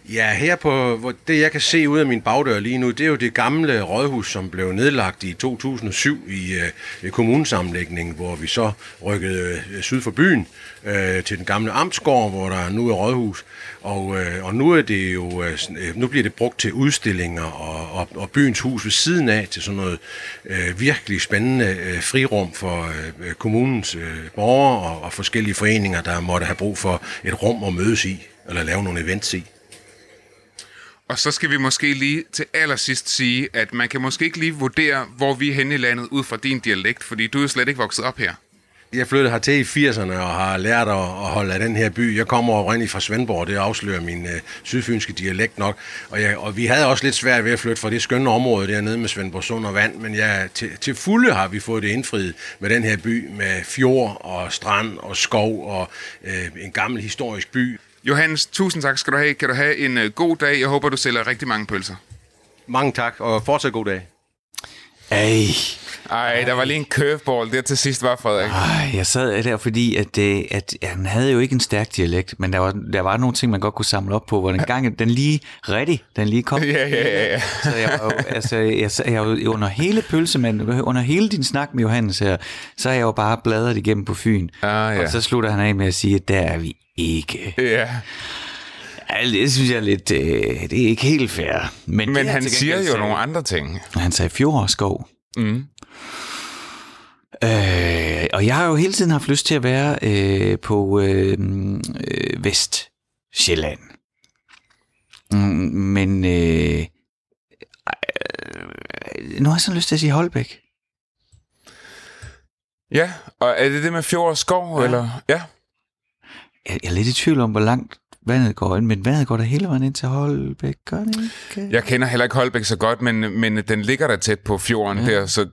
Ja, her på det, jeg kan se ud af min bagdør lige nu, det er jo det gamle rådhus, som blev nedlagt i 2007 i kommunesammenlægningen, hvor vi så rykkede syd for byen til den gamle amtsgård, hvor der nu er rådhus. Og nu er det jo, nu bliver det brugt til udstillinger og byens hus ved siden af til sådan noget virkelig spændende frirum for kommunens borgere og forskellige foreninger, der måtte have brug for et rum at mødes i, eller lave nogle events i. Og så skal vi måske lige til allersidst sige, at man kan måske ikke lige vurdere, hvor vi er henne i landet ud fra din dialekt, fordi du er slet ikke vokset op her. Jeg flyttede hertil i 80'erne og har lært at holde af den her by. Jeg kommer oprindeligt fra Svendborg, det afslører min sydfynske dialekt nok. Og vi havde også lidt svært ved at flytte fra det skønne område dernede med Svendborg Sund og Vand, men til fulde har vi fået det indfriet med den her by, med fjord og strand og skov og en gammel historisk by. Johannes, tusind tak skal du have. Kan du have en god dag. Jeg håber, du sælger rigtig mange pølser. Mange tak, og fortsat god dag. Ej, der var lige en curveball der til sidst, var Frederik. Jeg sad der, fordi at han havde jo ikke en stærk dialekt, men der var nogle ting, man godt kunne samle op på, hvor den lige kom. Ja. Så jeg var jo under hele pølsemanden, under hele din snak med Johannes her, så har jeg jo bare bladret igennem på Fyn. Ja. Og så slutter han af med at sige, at der er vi ikke. Ja. Det synes jeg er lidt, det er ikke helt fair. Men han siger jo nogle andre ting. Han sagde fjord og skov. Og jeg har jo hele tiden haft lyst til at være på Vestsjælland. Men nu har jeg sådan lyst til at sige Holbæk. Ja, og er det med fjord og skov? Ja. Eller? Ja. Jeg er lidt i tvivl om, hvor langt vandet går ind, men vandet går der hele vejen ind til Holbæk, gør det ikke? Jeg kender heller ikke Holbæk så godt, men den ligger der tæt på fjorden der, så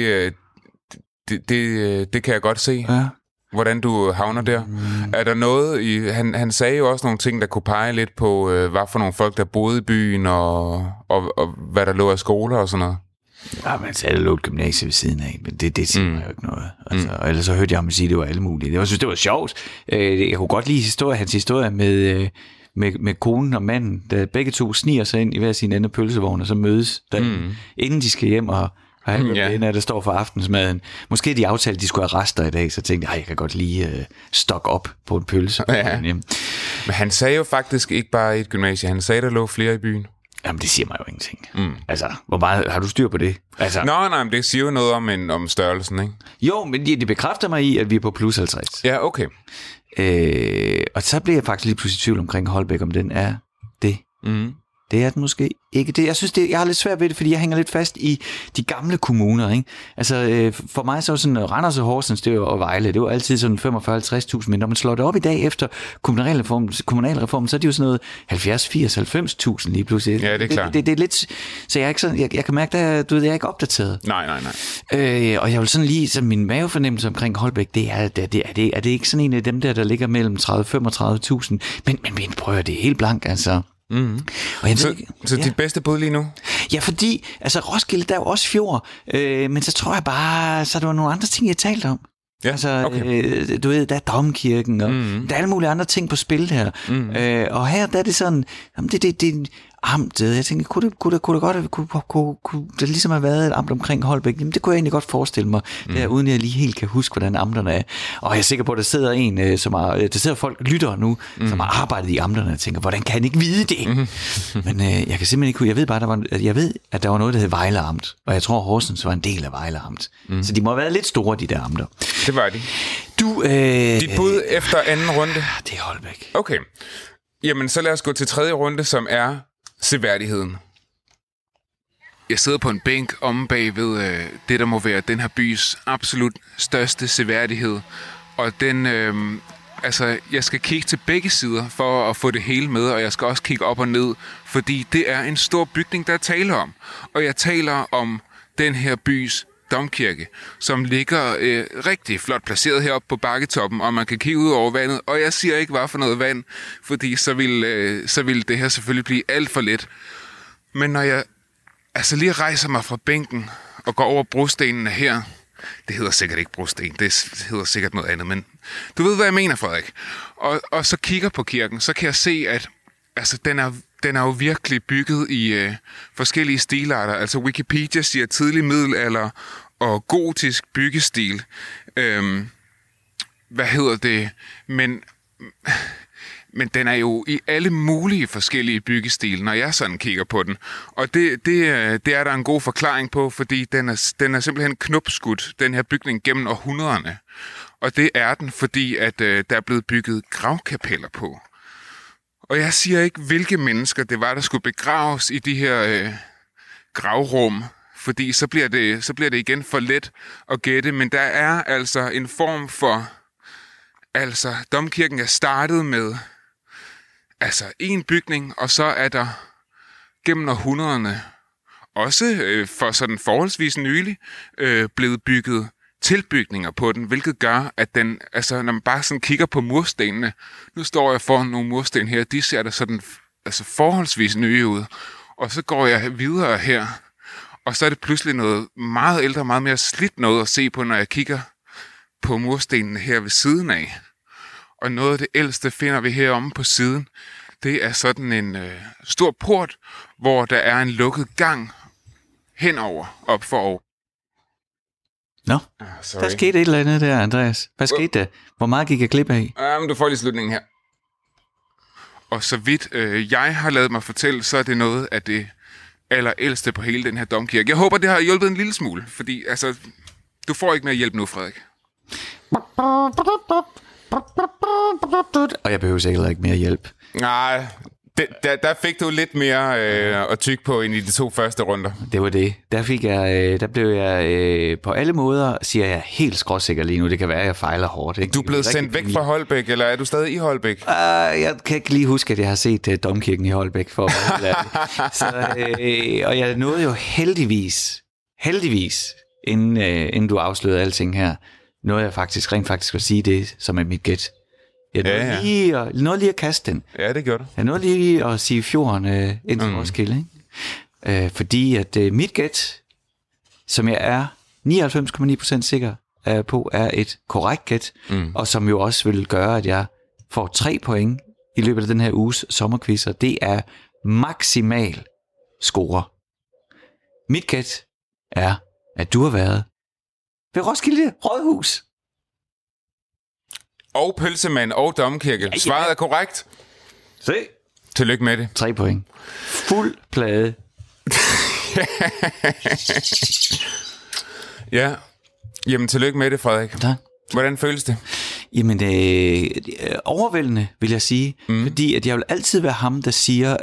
det kan jeg godt se, hvordan du havner der. Er der noget, han sagde jo også nogle ting, der kunne pege lidt på, hvad for nogle folk, der boede i byen, og hvad der lå af skoler og sådan noget? Ja, man sagde, der lå et gymnasie ved siden af, men det siger mig jo ikke noget. Altså, og ellers så hørte jeg ham sige, at det var alle mulige. Jeg synes, det var sjovt. Jeg kunne godt lide hans historie med konen og manden, der begge to sniger sig ind i hver sin ende af pølsevogn, og så mødes, inden de skal hjem og inden af det står for aftensmaden. Måske de aftalte, at de skulle have rester i dag, så tænkte jeg kan godt lige stokke op på en pølse. Ja. Men han sagde jo faktisk ikke bare et gymnasie, han sagde, der lå flere i byen. Jamen, det siger mig jo ingenting. Altså, hvor meget har du styr på det? Altså, nej, men det siger jo noget om størrelsen, ikke? Jo, men det bekræfter mig i, at vi er på plus 50. Ja, okay. Og så bliver jeg faktisk lige pludselig i tvivl omkring Holbæk, om den er det. Det er den måske ikke. Det, jeg synes, jeg har lidt svært ved det, fordi jeg hænger lidt fast i de gamle kommuner. Ikke? Altså, for mig så var sådan Randers og Horsens og Vejle, det var altid sådan 45-50.000, men når man slår det op i dag efter kommunalreformen, så er det jo sådan noget 70, 80, 90.000 lige pludselig. Ja, det er klart. Det er lidt, så jeg er ikke sådan, jeg kan mærke, at jeg er ikke opdateret. Nej. Og jeg vil sådan lige, så min mavefornemmelse omkring Holbæk, det er det ikke sådan en af dem der ligger mellem 30-35.000, men prøv at det er helt blank, altså. Og så dit bedste bud lige nu? Ja, fordi altså Roskilde, der er jo også fjord, men så tror jeg bare, så der var nogle andre ting, jeg talte om. Ja, altså, okay. Du ved, der er Domkirken, og der er alle mulige andre ting på spil her. Og her, der er det sådan, jamen, det er amtet. Jeg tænkte, kunne det ligesom have været et amt omkring Holbæk? Jamen, det kunne jeg egentlig godt forestille mig, der, uden jeg lige helt kan huske, hvordan amterne er. Og jeg er sikker på, at der sidder folk, lytter nu, som har arbejdet i amterne, og tænker, hvordan kan han ikke vide det? Men jeg kan simpelthen ikke, jeg ved, at der var noget, der hed Vejle Amt, og jeg tror, Horsens var en del af Vejle Amt. Så de må have været lidt store, de der amter. Det var de. Dit bud efter anden runde? Det er Holbæk. Okay. Jamen, så lad os gå til tredje runde, som er seværdigheden. Jeg sidder på en bænk omme bag ved det, der må være den her bys absolut største seværdighed. Og den, jeg skal kigge til begge sider for at få det hele med, og jeg skal også kigge op og ned, fordi det er en stor bygning, der taler om. Og jeg taler om den her bys domkirke, som ligger rigtig flot placeret heroppe på bakketoppen, og man kan kigge ud over vandet. Og jeg siger ikke, hvad for noget vand, fordi så vil det her selvfølgelig blive alt for let. Men når jeg lige rejser mig fra bænken og går over brostenene her, det hedder sikkert ikke brosten, det hedder sikkert noget andet, men du ved, hvad jeg mener, Frederik. Og så kigger på kirken, så kan jeg se, at den den er jo virkelig bygget i forskellige stilarter. Altså Wikipedia siger tidlig middelalder og gotisk byggestil. Men den er jo i alle mulige forskellige byggestil, når jeg sådan kigger på den. Og det er der en god forklaring på, fordi den er simpelthen knopskudt, den her bygning, gennem århundrederne. Og det er den, fordi at der er blevet bygget gravkapeller på. Og jeg siger ikke, hvilke mennesker det var, der skulle begraves i de her gravrum, fordi så bliver det igen for let at gætte. Men der er altså en form for... Altså, domkirken er startet med en bygning, og så er der gennem århundrederne, også for sådan forholdsvis nylig, blevet bygget tilbygninger på den, hvilket gør, at den, når man bare sådan kigger på murstenene, nu står jeg foran nogle mursten her, de ser der sådan forholdsvis nye ud, og så går jeg videre her, og så er det pludselig noget meget ældre, meget mere slidt noget at se på, når jeg kigger på murstenene her ved siden af. Og noget af det ældste finder vi heromme på siden. Det er sådan en stor port, hvor der er en lukket gang henover, op forover. Nå, der skete et eller andet der, Andreas. Hvad skete der? Hvor meget gik jeg glip af? Du får lige slutningen her. Og så vidt jeg har ladet mig fortælle, så er det noget af det allerældste på hele den her domkirke. Jeg håber, det har hjulpet en lille smule, fordi du får ikke mere hjælp nu, Frederik. Og jeg behøver heller ikke mere hjælp. Nej, der fik du lidt mere at tygge på end i de 2 første runder. Det var det. Der blev jeg på alle måder, siger jeg, helt skråsikker lige nu. Det kan være, at jeg fejler hårdt. Ikke? Du er blevet sendt væk fra Holbæk, eller er du stadig i Holbæk? Jeg kan ikke lige huske, at jeg har set domkirken i Holbæk. Og jeg nåede jo heldigvis, inden du afslørede alting her, nåede jeg rent faktisk at sige det, som er mit gæt. Jeg nåede lige at kaste den. Ja, det gjorde du. Jeg nåede lige at sige fjorden ind til Roskilde. Fordi at mit gæt, som jeg er 99,9% sikker på, er et korrekt gæt, og som jo også vil gøre, at jeg får 3 point i løbet af den her uges sommerquiz, og det er maksimal score. Mit gæt er, at du har været ved Roskilde Rådhus. Og pølsemand og domkirke. Ja. Svaret er korrekt. Se. Tillykke med det. 3 point. Fuld plade. Ja. Jamen, tillykke med det, Frederik. Tak. Hvordan føles det? Jamen, overvældende, vil jeg sige. Fordi at jeg vil altid være ham, der siger,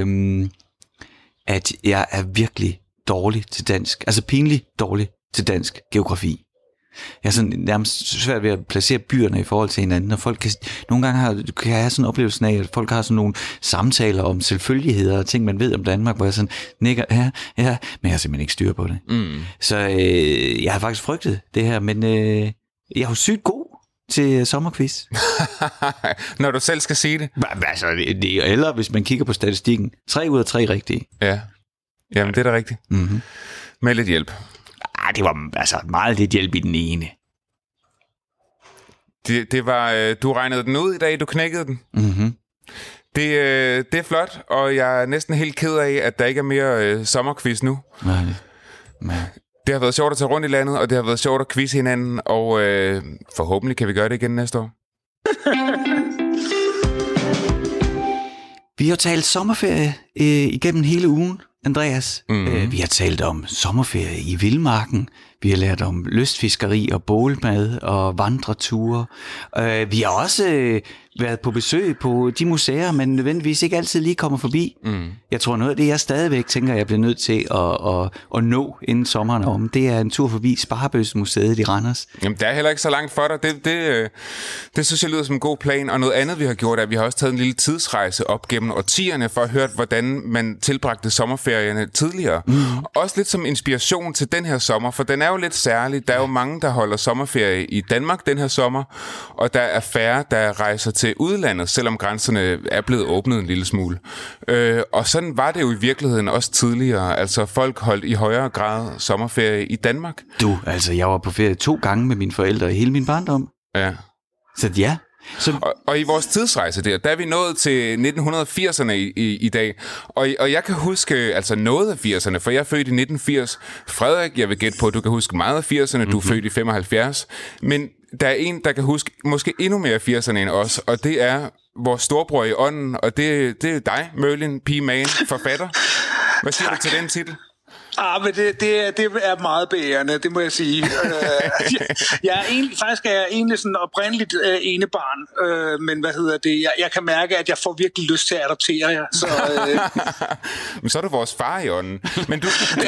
at jeg er virkelig dårlig til dansk. Altså pinligt dårlig til dansk geografi. Jeg er sådan nærmest svært ved at placere byerne i forhold til hinanden, og folk kan nogle gange kan have sådan en oplevelse af, at folk har sådan nogle samtaler om selvfølgeligheder og ting, man ved om Danmark, hvor jeg sådan nikker, ja, men jeg har simpelthen ikke styr på det. Så jeg har faktisk frygtet det her, men jeg er jo sygt god til sommerquiz. Når du selv skal sige det. Altså, eller hvis man kigger på statistikken, 3 ud af 3 rigtige. Ja, jamen det er da rigtigt. Mm-hmm. Med lidt hjælp. Det var meget lidt hjælp i den ene. Det var, du regnede den ud i dag, du knækkede den. Mm-hmm. Det er flot, og jeg er næsten helt ked af, at der ikke er mere sommerquiz nu. Nej. Det har været sjovt at tage rundt i landet, og det har været sjovt at quizze hinanden, og forhåbentlig kan vi gøre det igen næste år. Vi har talt sommerferie igennem hele ugen, Andreas. Vi har talt om sommerferie i vildmarken. Vi har lært om lystfiskeri og bålmad og vandreture. Vi har også været på besøg på de museer, man nødvendigvis ikke altid lige kommer forbi. Jeg tror noget af det, jeg stadigvæk tænker, jeg bliver nødt til at nå inden sommeren om, det er en tur forbi Sparebøssemuseet i Randers. Jamen, det er heller ikke så langt for dig. Det synes jeg lyder som en god plan. Og noget andet, vi har gjort, er, at vi har også taget en lille tidsrejse op gennem årtierne for at høre, hvordan man tilbragte sommerferierne tidligere. Også lidt som inspiration til den her sommer, for den er jo lidt særlig. Der er jo mange, der holder sommerferie i Danmark den her sommer, og der er færre, der rejser til udlandet, selvom grænserne er blevet åbnet en lille smule. Og sådan var det jo i virkeligheden også tidligere. Altså folk holdt i højere grad sommerferie i Danmark. Jeg var på ferie 2 gange med mine forældre i hele min barndom. Ja. Så ja, Og i vores tidsrejse der er vi nået til 1980'erne i dag. Og jeg kan huske altså noget af 80'erne, for jeg er født i 1980. Frederik, jeg vil gætte på, at du kan huske meget af 80'erne. Du er født i 75. Men der er en, der kan huske måske endnu mere af 80'erne end os, og det er vores storbror i ånden, og det er dig, Merlin P. Mann, forfatter. Hvad siger du til den titel? Men det er meget beærende, det må jeg sige. Jeg er egentlig sådan oprindeligt enebarn, men jeg kan mærke, at jeg får virkelig lyst til at adoptere jer. Så, men så er du vores far i ånden. Men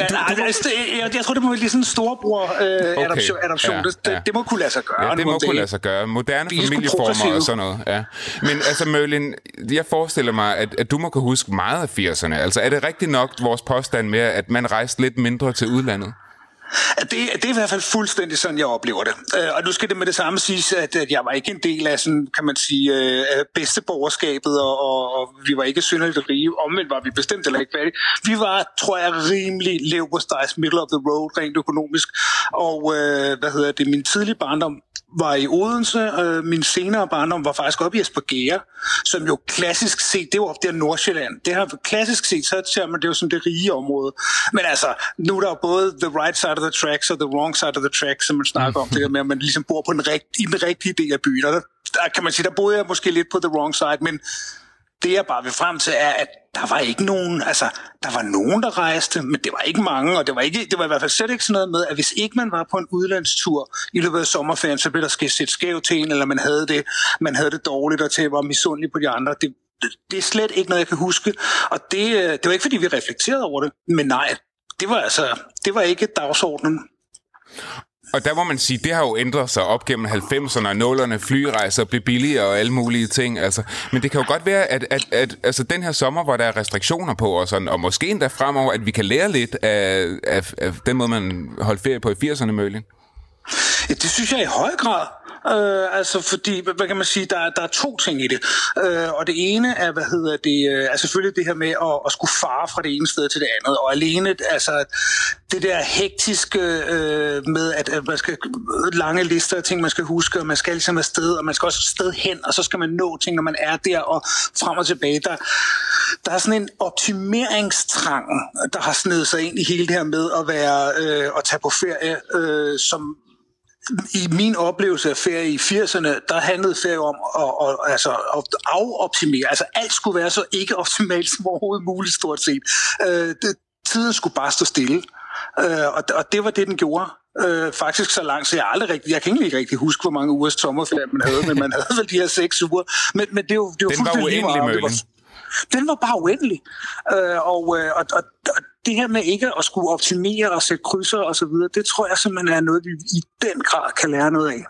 jeg tror, det må være lige sådan en storbror-adoption. Det må kunne lade sig gøre. Ja, det må kunne lade sig gøre. Moderne familieformer og sådan noget. Ja. Men altså, Merlin, jeg forestiller mig, at du må kunne huske meget af 80'erne. Altså, er det rigtigt nok vores påstand med, at man rejste lidt mindre til udlandet? Det er i hvert fald fuldstændig sådan, jeg oplever det. Og nu skal det med det samme siges, at jeg var ikke en del af sådan, kan man sige, bedsteborgerskabet, og vi var ikke synderligt rige. Omvendt var vi bestemt heller ikke fattige. Vi var, tror jeg, rimelig leverpostejs, middle of the road, rent økonomisk. Og min tidlige barndom var i Odense, min senere barndom var faktisk oppe i Espergærde, som jo klassisk set, det var op der Nordsjælland. Det har klassisk set, så ser man det jo som det rige område. Men altså, nu er der jo både the right side of the tracks og the wrong side of the tracks, som man snakker om, det der med, at man ligesom bor på i den rigtige del af byen. Og der kan man sige, der boede jeg måske lidt på the wrong side, men det jeg bare vil frem til er, at der var ikke nogen, altså der var nogen, der rejste, men det var ikke mange, og det var i hvert fald slet ikke sådan noget med, at hvis ikke man var på en udlandstur i løbet af sommerferien, så blev der set skævt til en, eller man havde det dårligt, og til var misundelig på de andre. Det er slet ikke noget, jeg kan huske, og det var ikke, fordi vi reflekterede over det, men nej, det var ikke dagsordenen. Og der må man sige, det har jo ændret sig op gennem 90'erne og 0'erne, flyrejser blev billigere og alle mulige ting. Altså. Men det kan jo godt være, at altså, den her sommer, hvor der er restriktioner på, og måske endda fremover, at vi kan lære lidt af den måde, man holdt ferie på i 80'erne, Merlin. Ja, det synes jeg i høj grad. Fordi, hvad kan man sige, der er to ting i det. Og det ene er, er selvfølgelig det her med at skulle fare fra det ene sted til det andet. Og alene, altså det der hektiske med, at man skal lange lister af ting, man skal huske, og man skal ligesom afsted, og man skal også afsted hen, og så skal man nå ting, når man er der, og frem og tilbage. Der er sådan en optimeringstrang, der har snedet sig ind i hele det her med at tage på ferie, som i min oplevelse af ferie i 80'erne, der handlede ferie om at afoptimere. Altså alt skulle være så ikke optimalt som overhovedet muligt, stort set. Tiden skulle bare stå stille. Og det var det, den gjorde. Faktisk så langt, så jeg kan ikke rigtig huske, hvor mange ugers sommerferie man havde, men man havde vel de her 6 uger. Men det er jo den var uendelig, Merlin. Den var bare uendelig. Og det her med ikke at skulle optimere og sætte krydser og så videre, det tror jeg simpelthen er noget, vi i den grad kan lære noget af.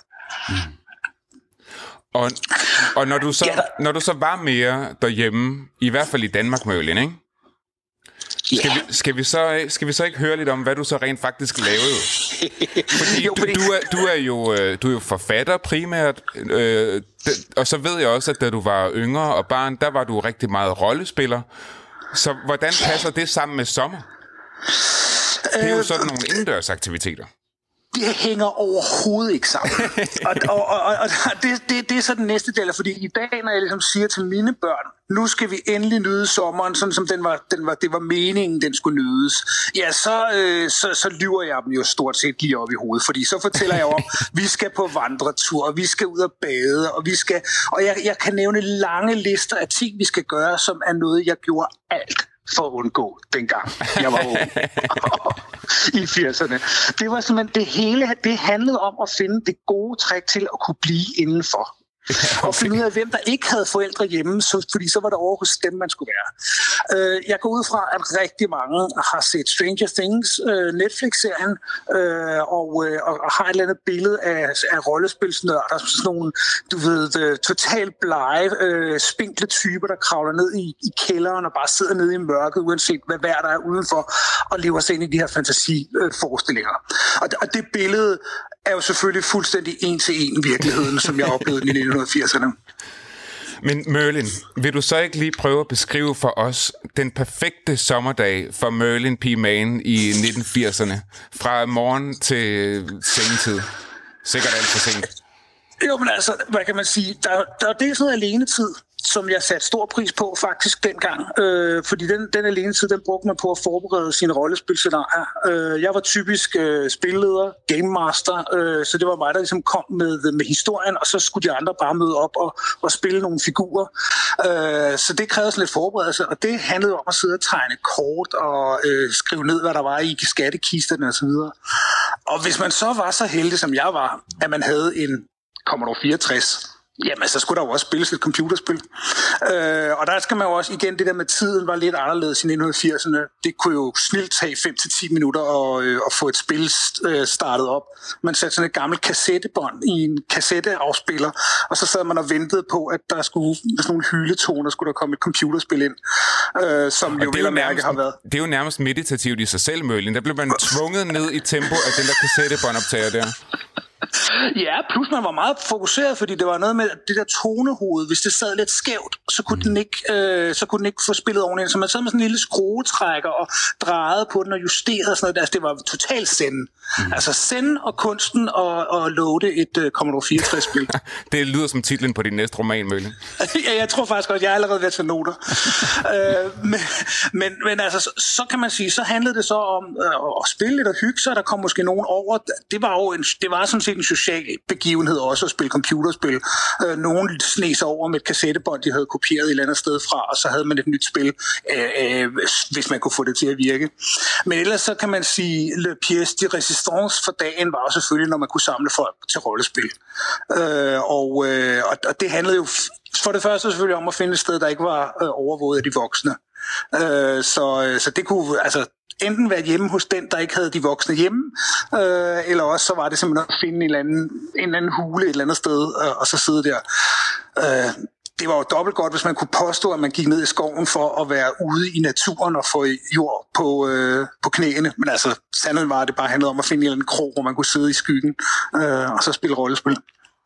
Og når du så var mere derhjemme, i hvert fald i Danmark, Merlin, ikke? Skal vi så ikke høre lidt om, hvad du så rent faktisk lavede? Fordi du er jo forfatter primært, og så ved jeg også, at da du var yngre og barn, der var du rigtig meget rollespiller. Så hvordan passer det sammen med sommer? Det er jo sådan nogle indendørsaktiviteter. Det hænger overhovedet ikke sammen. og det er så den næste del, fordi i dag, når jeg ligesom siger til mine børn, nu skal vi endelig nyde sommeren, sådan som det var meningen, den skulle nydes, ja, så lyver jeg dem jo stort set lige op i hovedet, fordi så fortæller jeg om, vi skal på vandretur, og vi skal ud og bade, og jeg kan nævne lange lister af ting, vi skal gøre, som er noget, jeg gjorde alt for at undgå dengang jeg var ung i 80'erne. Det var simpelthen det hele, det handlede om at finde det gode trick til at kunne blive indenfor. Og finde ud af, hvem der ikke havde forældre hjemme, fordi så var det over hos dem, man skulle være. Jeg går ud fra, at rigtig mange har set Stranger Things, Netflix-serien, og har et eller andet billede af rollespilsnørder, sådan nogle, du ved, totalt blege, spinkle typer, der kravler ned i kælderen og bare sidder nede i mørket, uanset hvad vejr der er udenfor, og lever sig ind i de her fantasiforestillinger. Og det billede er jo selvfølgelig fuldstændig en til en virkeligheden, som jeg oplevede i 1980'erne. Men Merlin, vil du så ikke lige prøve at beskrive for os den perfekte sommerdag for Merlin P. Mann i 1980'erne? Fra morgen til sengetid. Sikkert alt for sent. Jo, men altså, hvad kan man sige? Der er dels noget alenetid, som jeg satte stor pris på faktisk dengang. Fordi den alenetid, den brugte man på at forberede sine rollespilscenarier. Jeg var typisk spilleder, game master, så det var mig, der ligesom kom med historien, og så skulle de andre bare møde op og spille nogle figurer. Så det krævede sådan lidt forberedelse, og det handlede om at sidde og tegne kort og skrive ned, hvad der var i skattekisterne osv. Og hvis man så var så heldig, som jeg var, at man havde en Commodore 64, jamen, så skulle der jo også spilles et computerspil. Og der skal man jo også, igen, det der med tiden var lidt anderledes i 1980'erne. Det kunne jo snilt tage 5-10 minutter at få et spil startet op. Man satte sådan et gammelt kassettebånd i en kassetteafspiller, og så sad man og ventede på, at der skulle sådan nogle hyldetoner, skulle der komme et computerspil ind, som jo vel at mærke har været. Det er jo nærmest meditativt i sig selv, Merlin. Der blev man tvunget ned i tempo af den der kassettebåndoptager der. Ja, plus man var meget fokuseret, fordi det var noget med det der tonehoved. Hvis det sad lidt skævt, så kunne den ikke få spillet ordentligt. Så man sad med sådan en lille skruetrækker og drejede på den og justerede og sådan noget. Altså, det var totalt zen. Altså zen og kunsten og loade et Commodore 64-spil. Det lyder som titlen på din næste roman, Mølle. Ja, jeg tror faktisk også, jeg er allerede ved at tage noter. Men altså, så kan man sige, så handlede det så om at spille lidt og hygge sig. Der kom måske nogen over. Det var sådan set en social begivenhed også at spille computerspil. Nogen sne sig over med et kassettebånd, de havde kopieret et eller andet sted fra, og så havde man et nyt spil, hvis man kunne få det til at virke. Men ellers så kan man sige, le pièce de résistance for dagen var også selvfølgelig, når man kunne samle folk til rollespil. Og det handlede jo for det første selvfølgelig om at finde et sted, der ikke var overvåget af de voksne. Så det kunne altså enten være hjemme hos den, der ikke havde de voksne hjemme, eller også så var det simpelthen at finde en eller anden hule et eller andet sted, og så sidde der. Det var jo dobbelt godt, hvis man kunne påstå, at man gik ned i skoven for at være ude i naturen og få jord på knæene. Men altså, sandheden var, at det bare handlede om at finde en eller anden krog, hvor man kunne sidde i skyggen og så spille rollespil.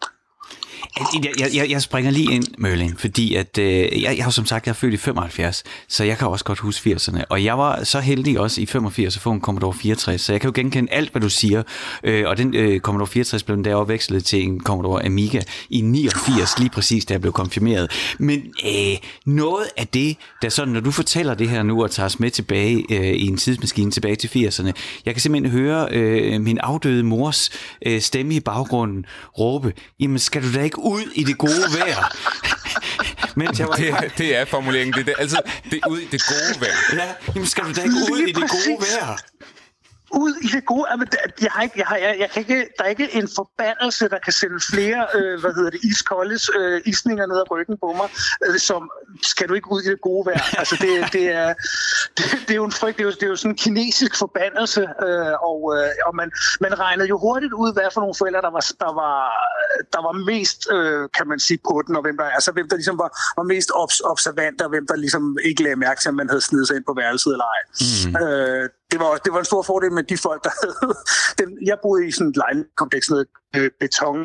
Jeg springer lige ind, Merlin, fordi at jeg har som sagt, jeg er født i 75, så jeg kan også godt huske 80'erne, og jeg var så heldig også i 85 at få en Commodore 64, så jeg kan jo genkende alt, hvad du siger, og den Commodore 64 blev der vekslet til en Commodore Amiga i 89, lige præcis, da jeg blev konfirmeret. Men noget af det, der sådan, når du fortæller det her nu og tager os med tilbage i en tidsmaskine tilbage til 80'erne, jeg kan simpelthen høre min afdøde mors stemme i baggrunden råbe, jamen skal du da ikke ud i det gode vejr? Det er formuleringen. Det er ud i det gode vejr. Ja, jamen skal du da ikke ud i det gode vejr? Ud i det gode. Jeg kan ikke, der er ikke en forbandelse, der kan sende flere iskolde isninger ned ad ryggen på mig, som skal du ikke ud i det gode vejr. Altså det er jo en frygt, det er jo sådan en kinesisk forbandelse, og man regnede jo hurtigt ud, hvad for nogle forældre der var mest, kan man sige, på den, og hvem der ligesom var mest observant, og hvem der ligesom ikke lagde mærke til, at man havde snedet sig ind på værelset eller ej. Det var en stor fordel med de folk, der havde jeg boede i sådan et lejlighedskompleks, noget beton,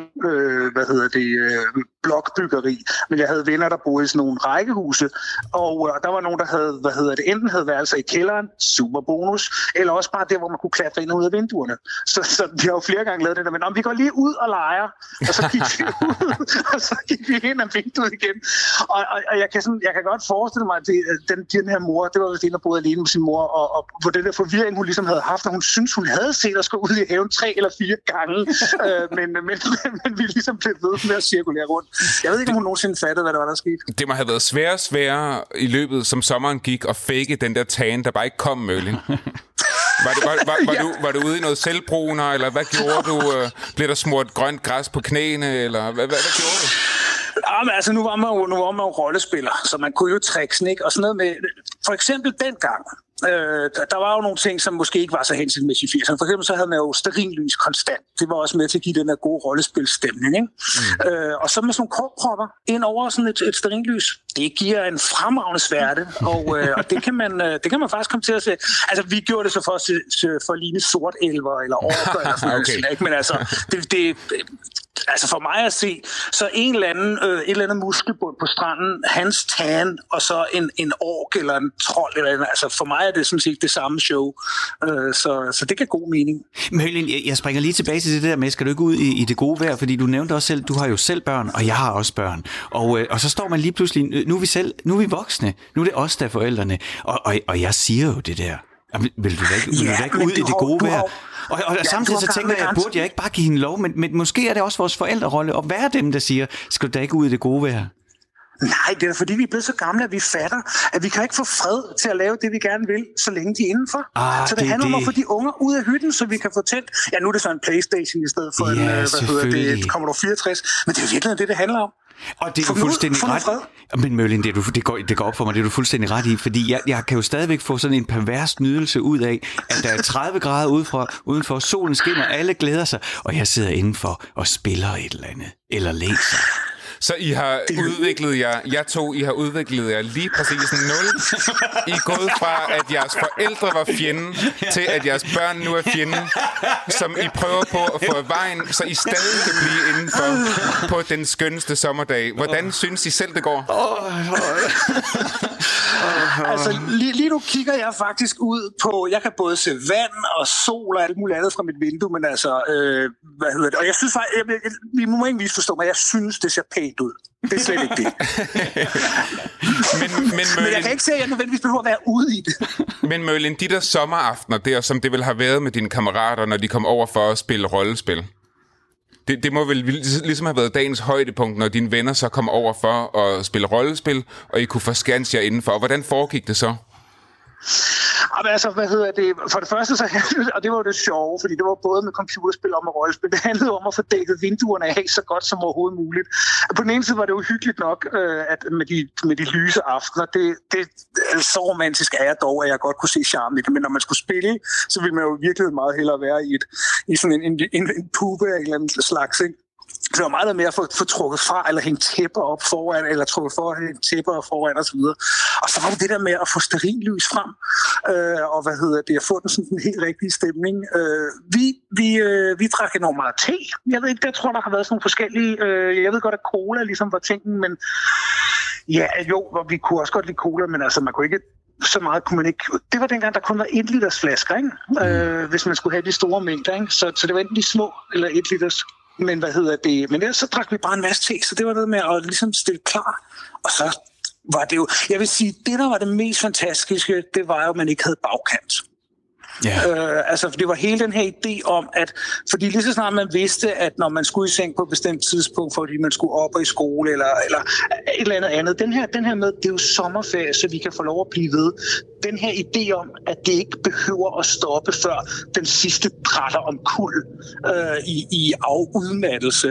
blokbyggeri, men jeg havde venner, der boede i sådan nogle rækkehuse, og der var nogen, der havde, enten havde værelser i kælderen, super bonus, eller også bare der, hvor man kunne klatre ind og ud af vinduerne. Så vi har jo flere gange lavet det der, men vi går lige ud og leger, og så gik vi ud, og så gik vi ind af vinduet igen. Og jeg kan godt forestille mig, at den her mor, det var vist en, der boede alene med sin mor, og på den der forvirring, hun ligesom havde haft, og hun syntes, hun havde set at gå ud i haven 3 eller 4 gange, men vi ligesom blev ved med at cirkulere rundt. Jeg ved ikke, om hun nogensinde fattede, hvad der var, der skete. Det må have været sværere i løbet, som sommeren gik, og fake den der tan, der bare ikke kom, Merlin. Var du ude i noget selvbruner, eller hvad gjorde du? Blev der smurt grønt græs på knæene, eller hvad gjorde du? Ja, men altså, nu var man jo rollespiller, så man kunne jo tricksen, ikke? Og sådan noget med, for eksempel dengang, der var jo nogle ting, som måske ikke var så hensigtsmæssige i 80'erne. For eksempel så havde man jo stearinlys konstant. Det var også med til at give den der gode rollespilstemning, ikke? Og så med sådan nogle korkpropper ind over sådan et stearinlys. Det giver en fremragende sværte, og det kan man faktisk komme til at se. Altså, vi gjorde det så for at ligne sort elver eller orker eller sådan noget, ikke? Men altså, altså for mig at se, så en eller anden, et eller andet muskelbund på stranden, hans tan, og så en ork eller en trold, eller andet. Altså for mig er det sådan set det samme show. Så det giver god mening. Mølin, jeg springer lige tilbage til det der med, skal du ikke ud i det gode vejr, fordi du nævnte også selv, du har jo selv børn, og jeg har også børn. Og så står man lige pludselig, nu er vi voksne, nu er det os, der er forældrene. Og jeg siger jo det der. Vil du da ikke ud i det gode vejr? Og samtidig så tænker jeg, burde jeg ikke bare give hende lov, men måske er det også vores forældrerolle at være dem, der siger, skal du da ikke ud i det gode vejr? Nej, det er fordi, vi er blevet så gamle, at vi fatter, at vi kan ikke få fred til at lave det, vi gerne vil, så længe de er indenfor. Så det handler om at få de unger ud af hytten, så vi kan få tændt. Ja, nu er det så en PlayStation i stedet for en, Commodore 64. Men det er virkelig det handler om. Og det er du fuldstændig ret. Men Mølin, det går op for mig, det er du fuldstændig ret i, fordi jeg kan jo stadigvæk få sådan en pervers nydelse ud af, at der er 30 grader udenfor, solen skinner, alle glæder sig, og jeg sidder indenfor og spiller et eller andet, eller læser. Så I har udviklet jer lige præcis 0. I er gået fra, at jeres forældre var fjenden, til at jeres børn nu er fjenden, som I prøver på at få af vejen, så I stadig kan blive indenfor på den skønneste sommerdag. Hvordan synes I selv, det går? Altså, lige nu kigger jeg faktisk ud på, jeg kan både se vand og sol og alt muligt andet fra mit vindue, men altså, og jeg synes faktisk, vi må ikke misforstå mig, jeg synes, det ser pænt ud. Det er slet ikke det. Men jeg kan ikke se, at jeg nødvendigvis behøver at være ude i det. Men Mølin, de der sommeraftener der, som det vil have været med dine kammerater, når de kom over for at spille rollespil, det må vel ligesom have været dagens højdepunkt, når dine venner så kom over for at spille rollespil, og I kunne forskanse jer indenfor. Hvordan foregik det så? Men altså, for det første, og det var jo det sjove, fordi det var både med computerspil og med rollespil. Det handlede om at få dækket vinduerne af så godt som overhovedet muligt. På den ene side var det jo hyggeligt nok, at med de lyse aftener, det så romantisk er jeg dog, at jeg godt kunne se charmen i det. Men når man skulle spille, så ville man jo virkelig meget hellere være i sådan en pube af en eller anden slags, ikke? Det var meget mere at få trukket fra, eller hænge tæpper op foran, eller trukket for at hænge tæpper foran osv. Og så var det der med at få stearinlys frem, og at få den helt rigtige stemning. Vi drak enormt meget te. Jeg ved ikke, jeg tror, der har været sådan nogle forskellige. Jeg ved godt, at cola ligesom var tingen, men ja, jo, vi kunne også godt lide cola, men altså, man kunne ikke så meget kunne man ikke. Det var dengang, der kun var 1 liters flasker, ikke? Hvis man skulle have de store mængder, ikke? Så det var enten de små eller 1 liters. Men Men ellers så drak vi bare en masse te, så det var noget med at ligesom stille klar. Og så var det jo, jeg vil sige, det der var det mest fantastiske, det var jo, at man ikke havde bagkant. Yeah. Altså, det var hele den her idé om, at fordi lige så snart man vidste, at når man skulle i seng på et bestemt tidspunkt, fordi man skulle op og i skole eller et eller andet, den her med, det er jo sommerferie, så vi kan få lov at blive ved. Den her idé om, at det ikke behøver at stoppe før den sidste pratter om kul i udmattelse.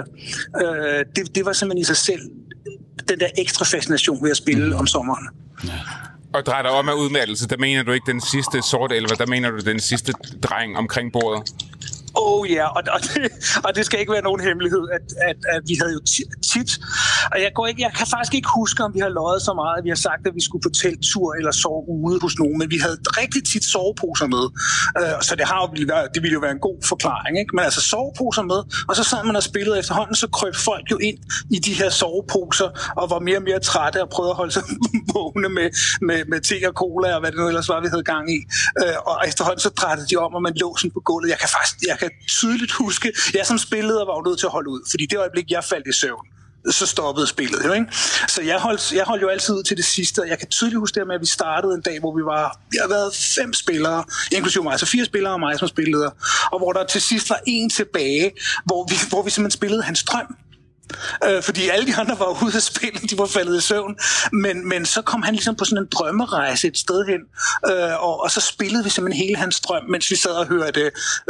Det var simpelthen i sig selv den der ekstra fascination ved at spille om sommeren. Ja. Og drejer dig om af udmattelse, der mener du ikke den sidste sortelver, der mener du den sidste dreng omkring bordet? Ja, og det skal ikke være nogen hemmelighed, at vi havde jo tit, og jeg kan faktisk ikke huske, om vi har løjet så meget, at vi har sagt, at vi skulle på telttur eller sove ude hos nogen, men vi havde rigtig tit soveposer med, så det ville jo være en god forklaring, ikke? Men altså soveposer med, og så sad man og spillede efterhånden, så krøb folk jo ind i de her soveposer, og var mere og mere trætte og prøvede at holde sig vågne med te og cola og hvad det nu ellers var, vi havde gang i, og efterhånden så drættede de om, og man lå sådan på gulvet. Jeg kan tydeligt huske, jeg som spilleder var jo nødt til at holde ud, fordi det øjeblik, jeg faldt i søvn, så stoppede spillet jo, ikke? Så jeg holdt jo altid ud til det sidste, og jeg kan tydeligt huske det med, at vi startede en dag, hvor vi har været 5 spillere, inklusive mig, så 4 spillere og mig som spilleder, og hvor der til sidst var 1 tilbage, hvor vi simpelthen spillede Hans Drøm. Fordi alle de andre var ude af spillet, de var faldet i søvn, men så kom han ligesom på sådan en drømmerejse et sted hen, og så spillede vi simpelthen hele hans drøm, mens vi sad og hørte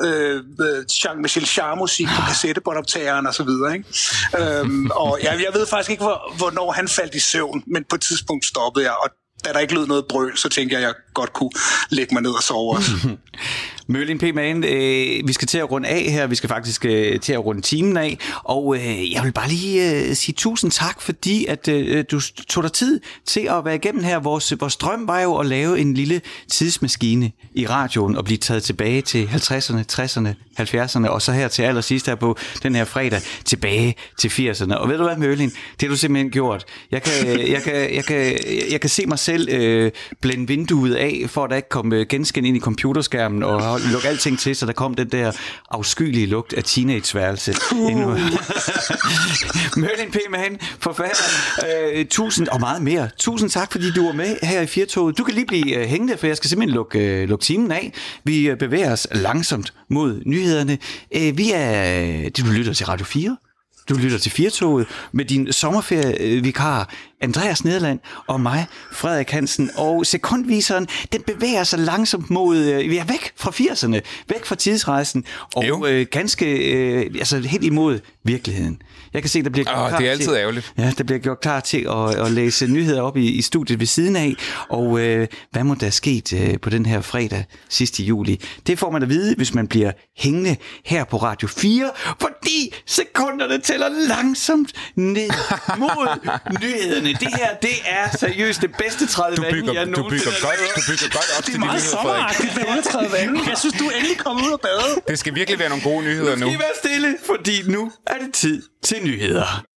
Jean-Michel Jarre-musik på kassettebåndoptageren og så videre, ikke? Og jeg ved faktisk ikke, hvornår han faldt i søvn, men på et tidspunkt stoppede jeg, og da der ikke lød noget brøl, så tænkte jeg godt kunne lægge mig ned og sove også. Merlin P. Mann, vi skal til at runde af her. Vi skal faktisk til at runde timen af. Og jeg vil bare lige sige tusind tak, fordi at du tog dig tid til at være igennem her. Vores drøm var jo at lave en lille tidsmaskine i radioen og blive taget tilbage til 50'erne, 60'erne, 70'erne, og så her til allersidst her på den her fredag tilbage til 80'erne. Og ved du hvad, Merlin? Det har du simpelthen gjort. Jeg kan se mig selv blænde vinduet af, for at der ikke komme genskin ind i computerskærmen og lukke alting til, så der kom den der afskyelige lugt af teenageværelse. Merlin P. Mann, forfatter, tusind og meget mere. Tusind tak, fordi du var med her i Firtoget. Du kan lige blive hængende, for jeg skal simpelthen lukke timen af. Vi bevæger os langsomt mod nyhederne. Du lytter til Radio 4. Du lytter til Firtoget med din sommerferievikar Andreas Nederland og mig, Frederik Hansen. Og sekundviseren, den bevæger sig langsomt mod, væk fra 80'erne, væk fra tidsrejsen og ganske, helt imod virkeligheden. Jeg kan se, der bliver gjort klar det er altid ærgerligt. Ja, der bliver gjort klar til at læse nyheder op i studiet ved siden af. Og hvad må der sket på den her fredag sidste juli? Det får man at vide, hvis man bliver hængende her på Radio 4, fordi sekunderne tæller langsomt ned mod nyhederne. Det her, det er seriøst det bedste 30 vand, jeg Du bygger godt op til de nyheder, Frederik. Det er meget sommeragtigt med 30 vand. Jeg synes, du er endelig kommet ud og bade. Det skal virkelig være nogle gode nyheder nu. Nu skal I være stille, fordi nu er det tid til nyheder.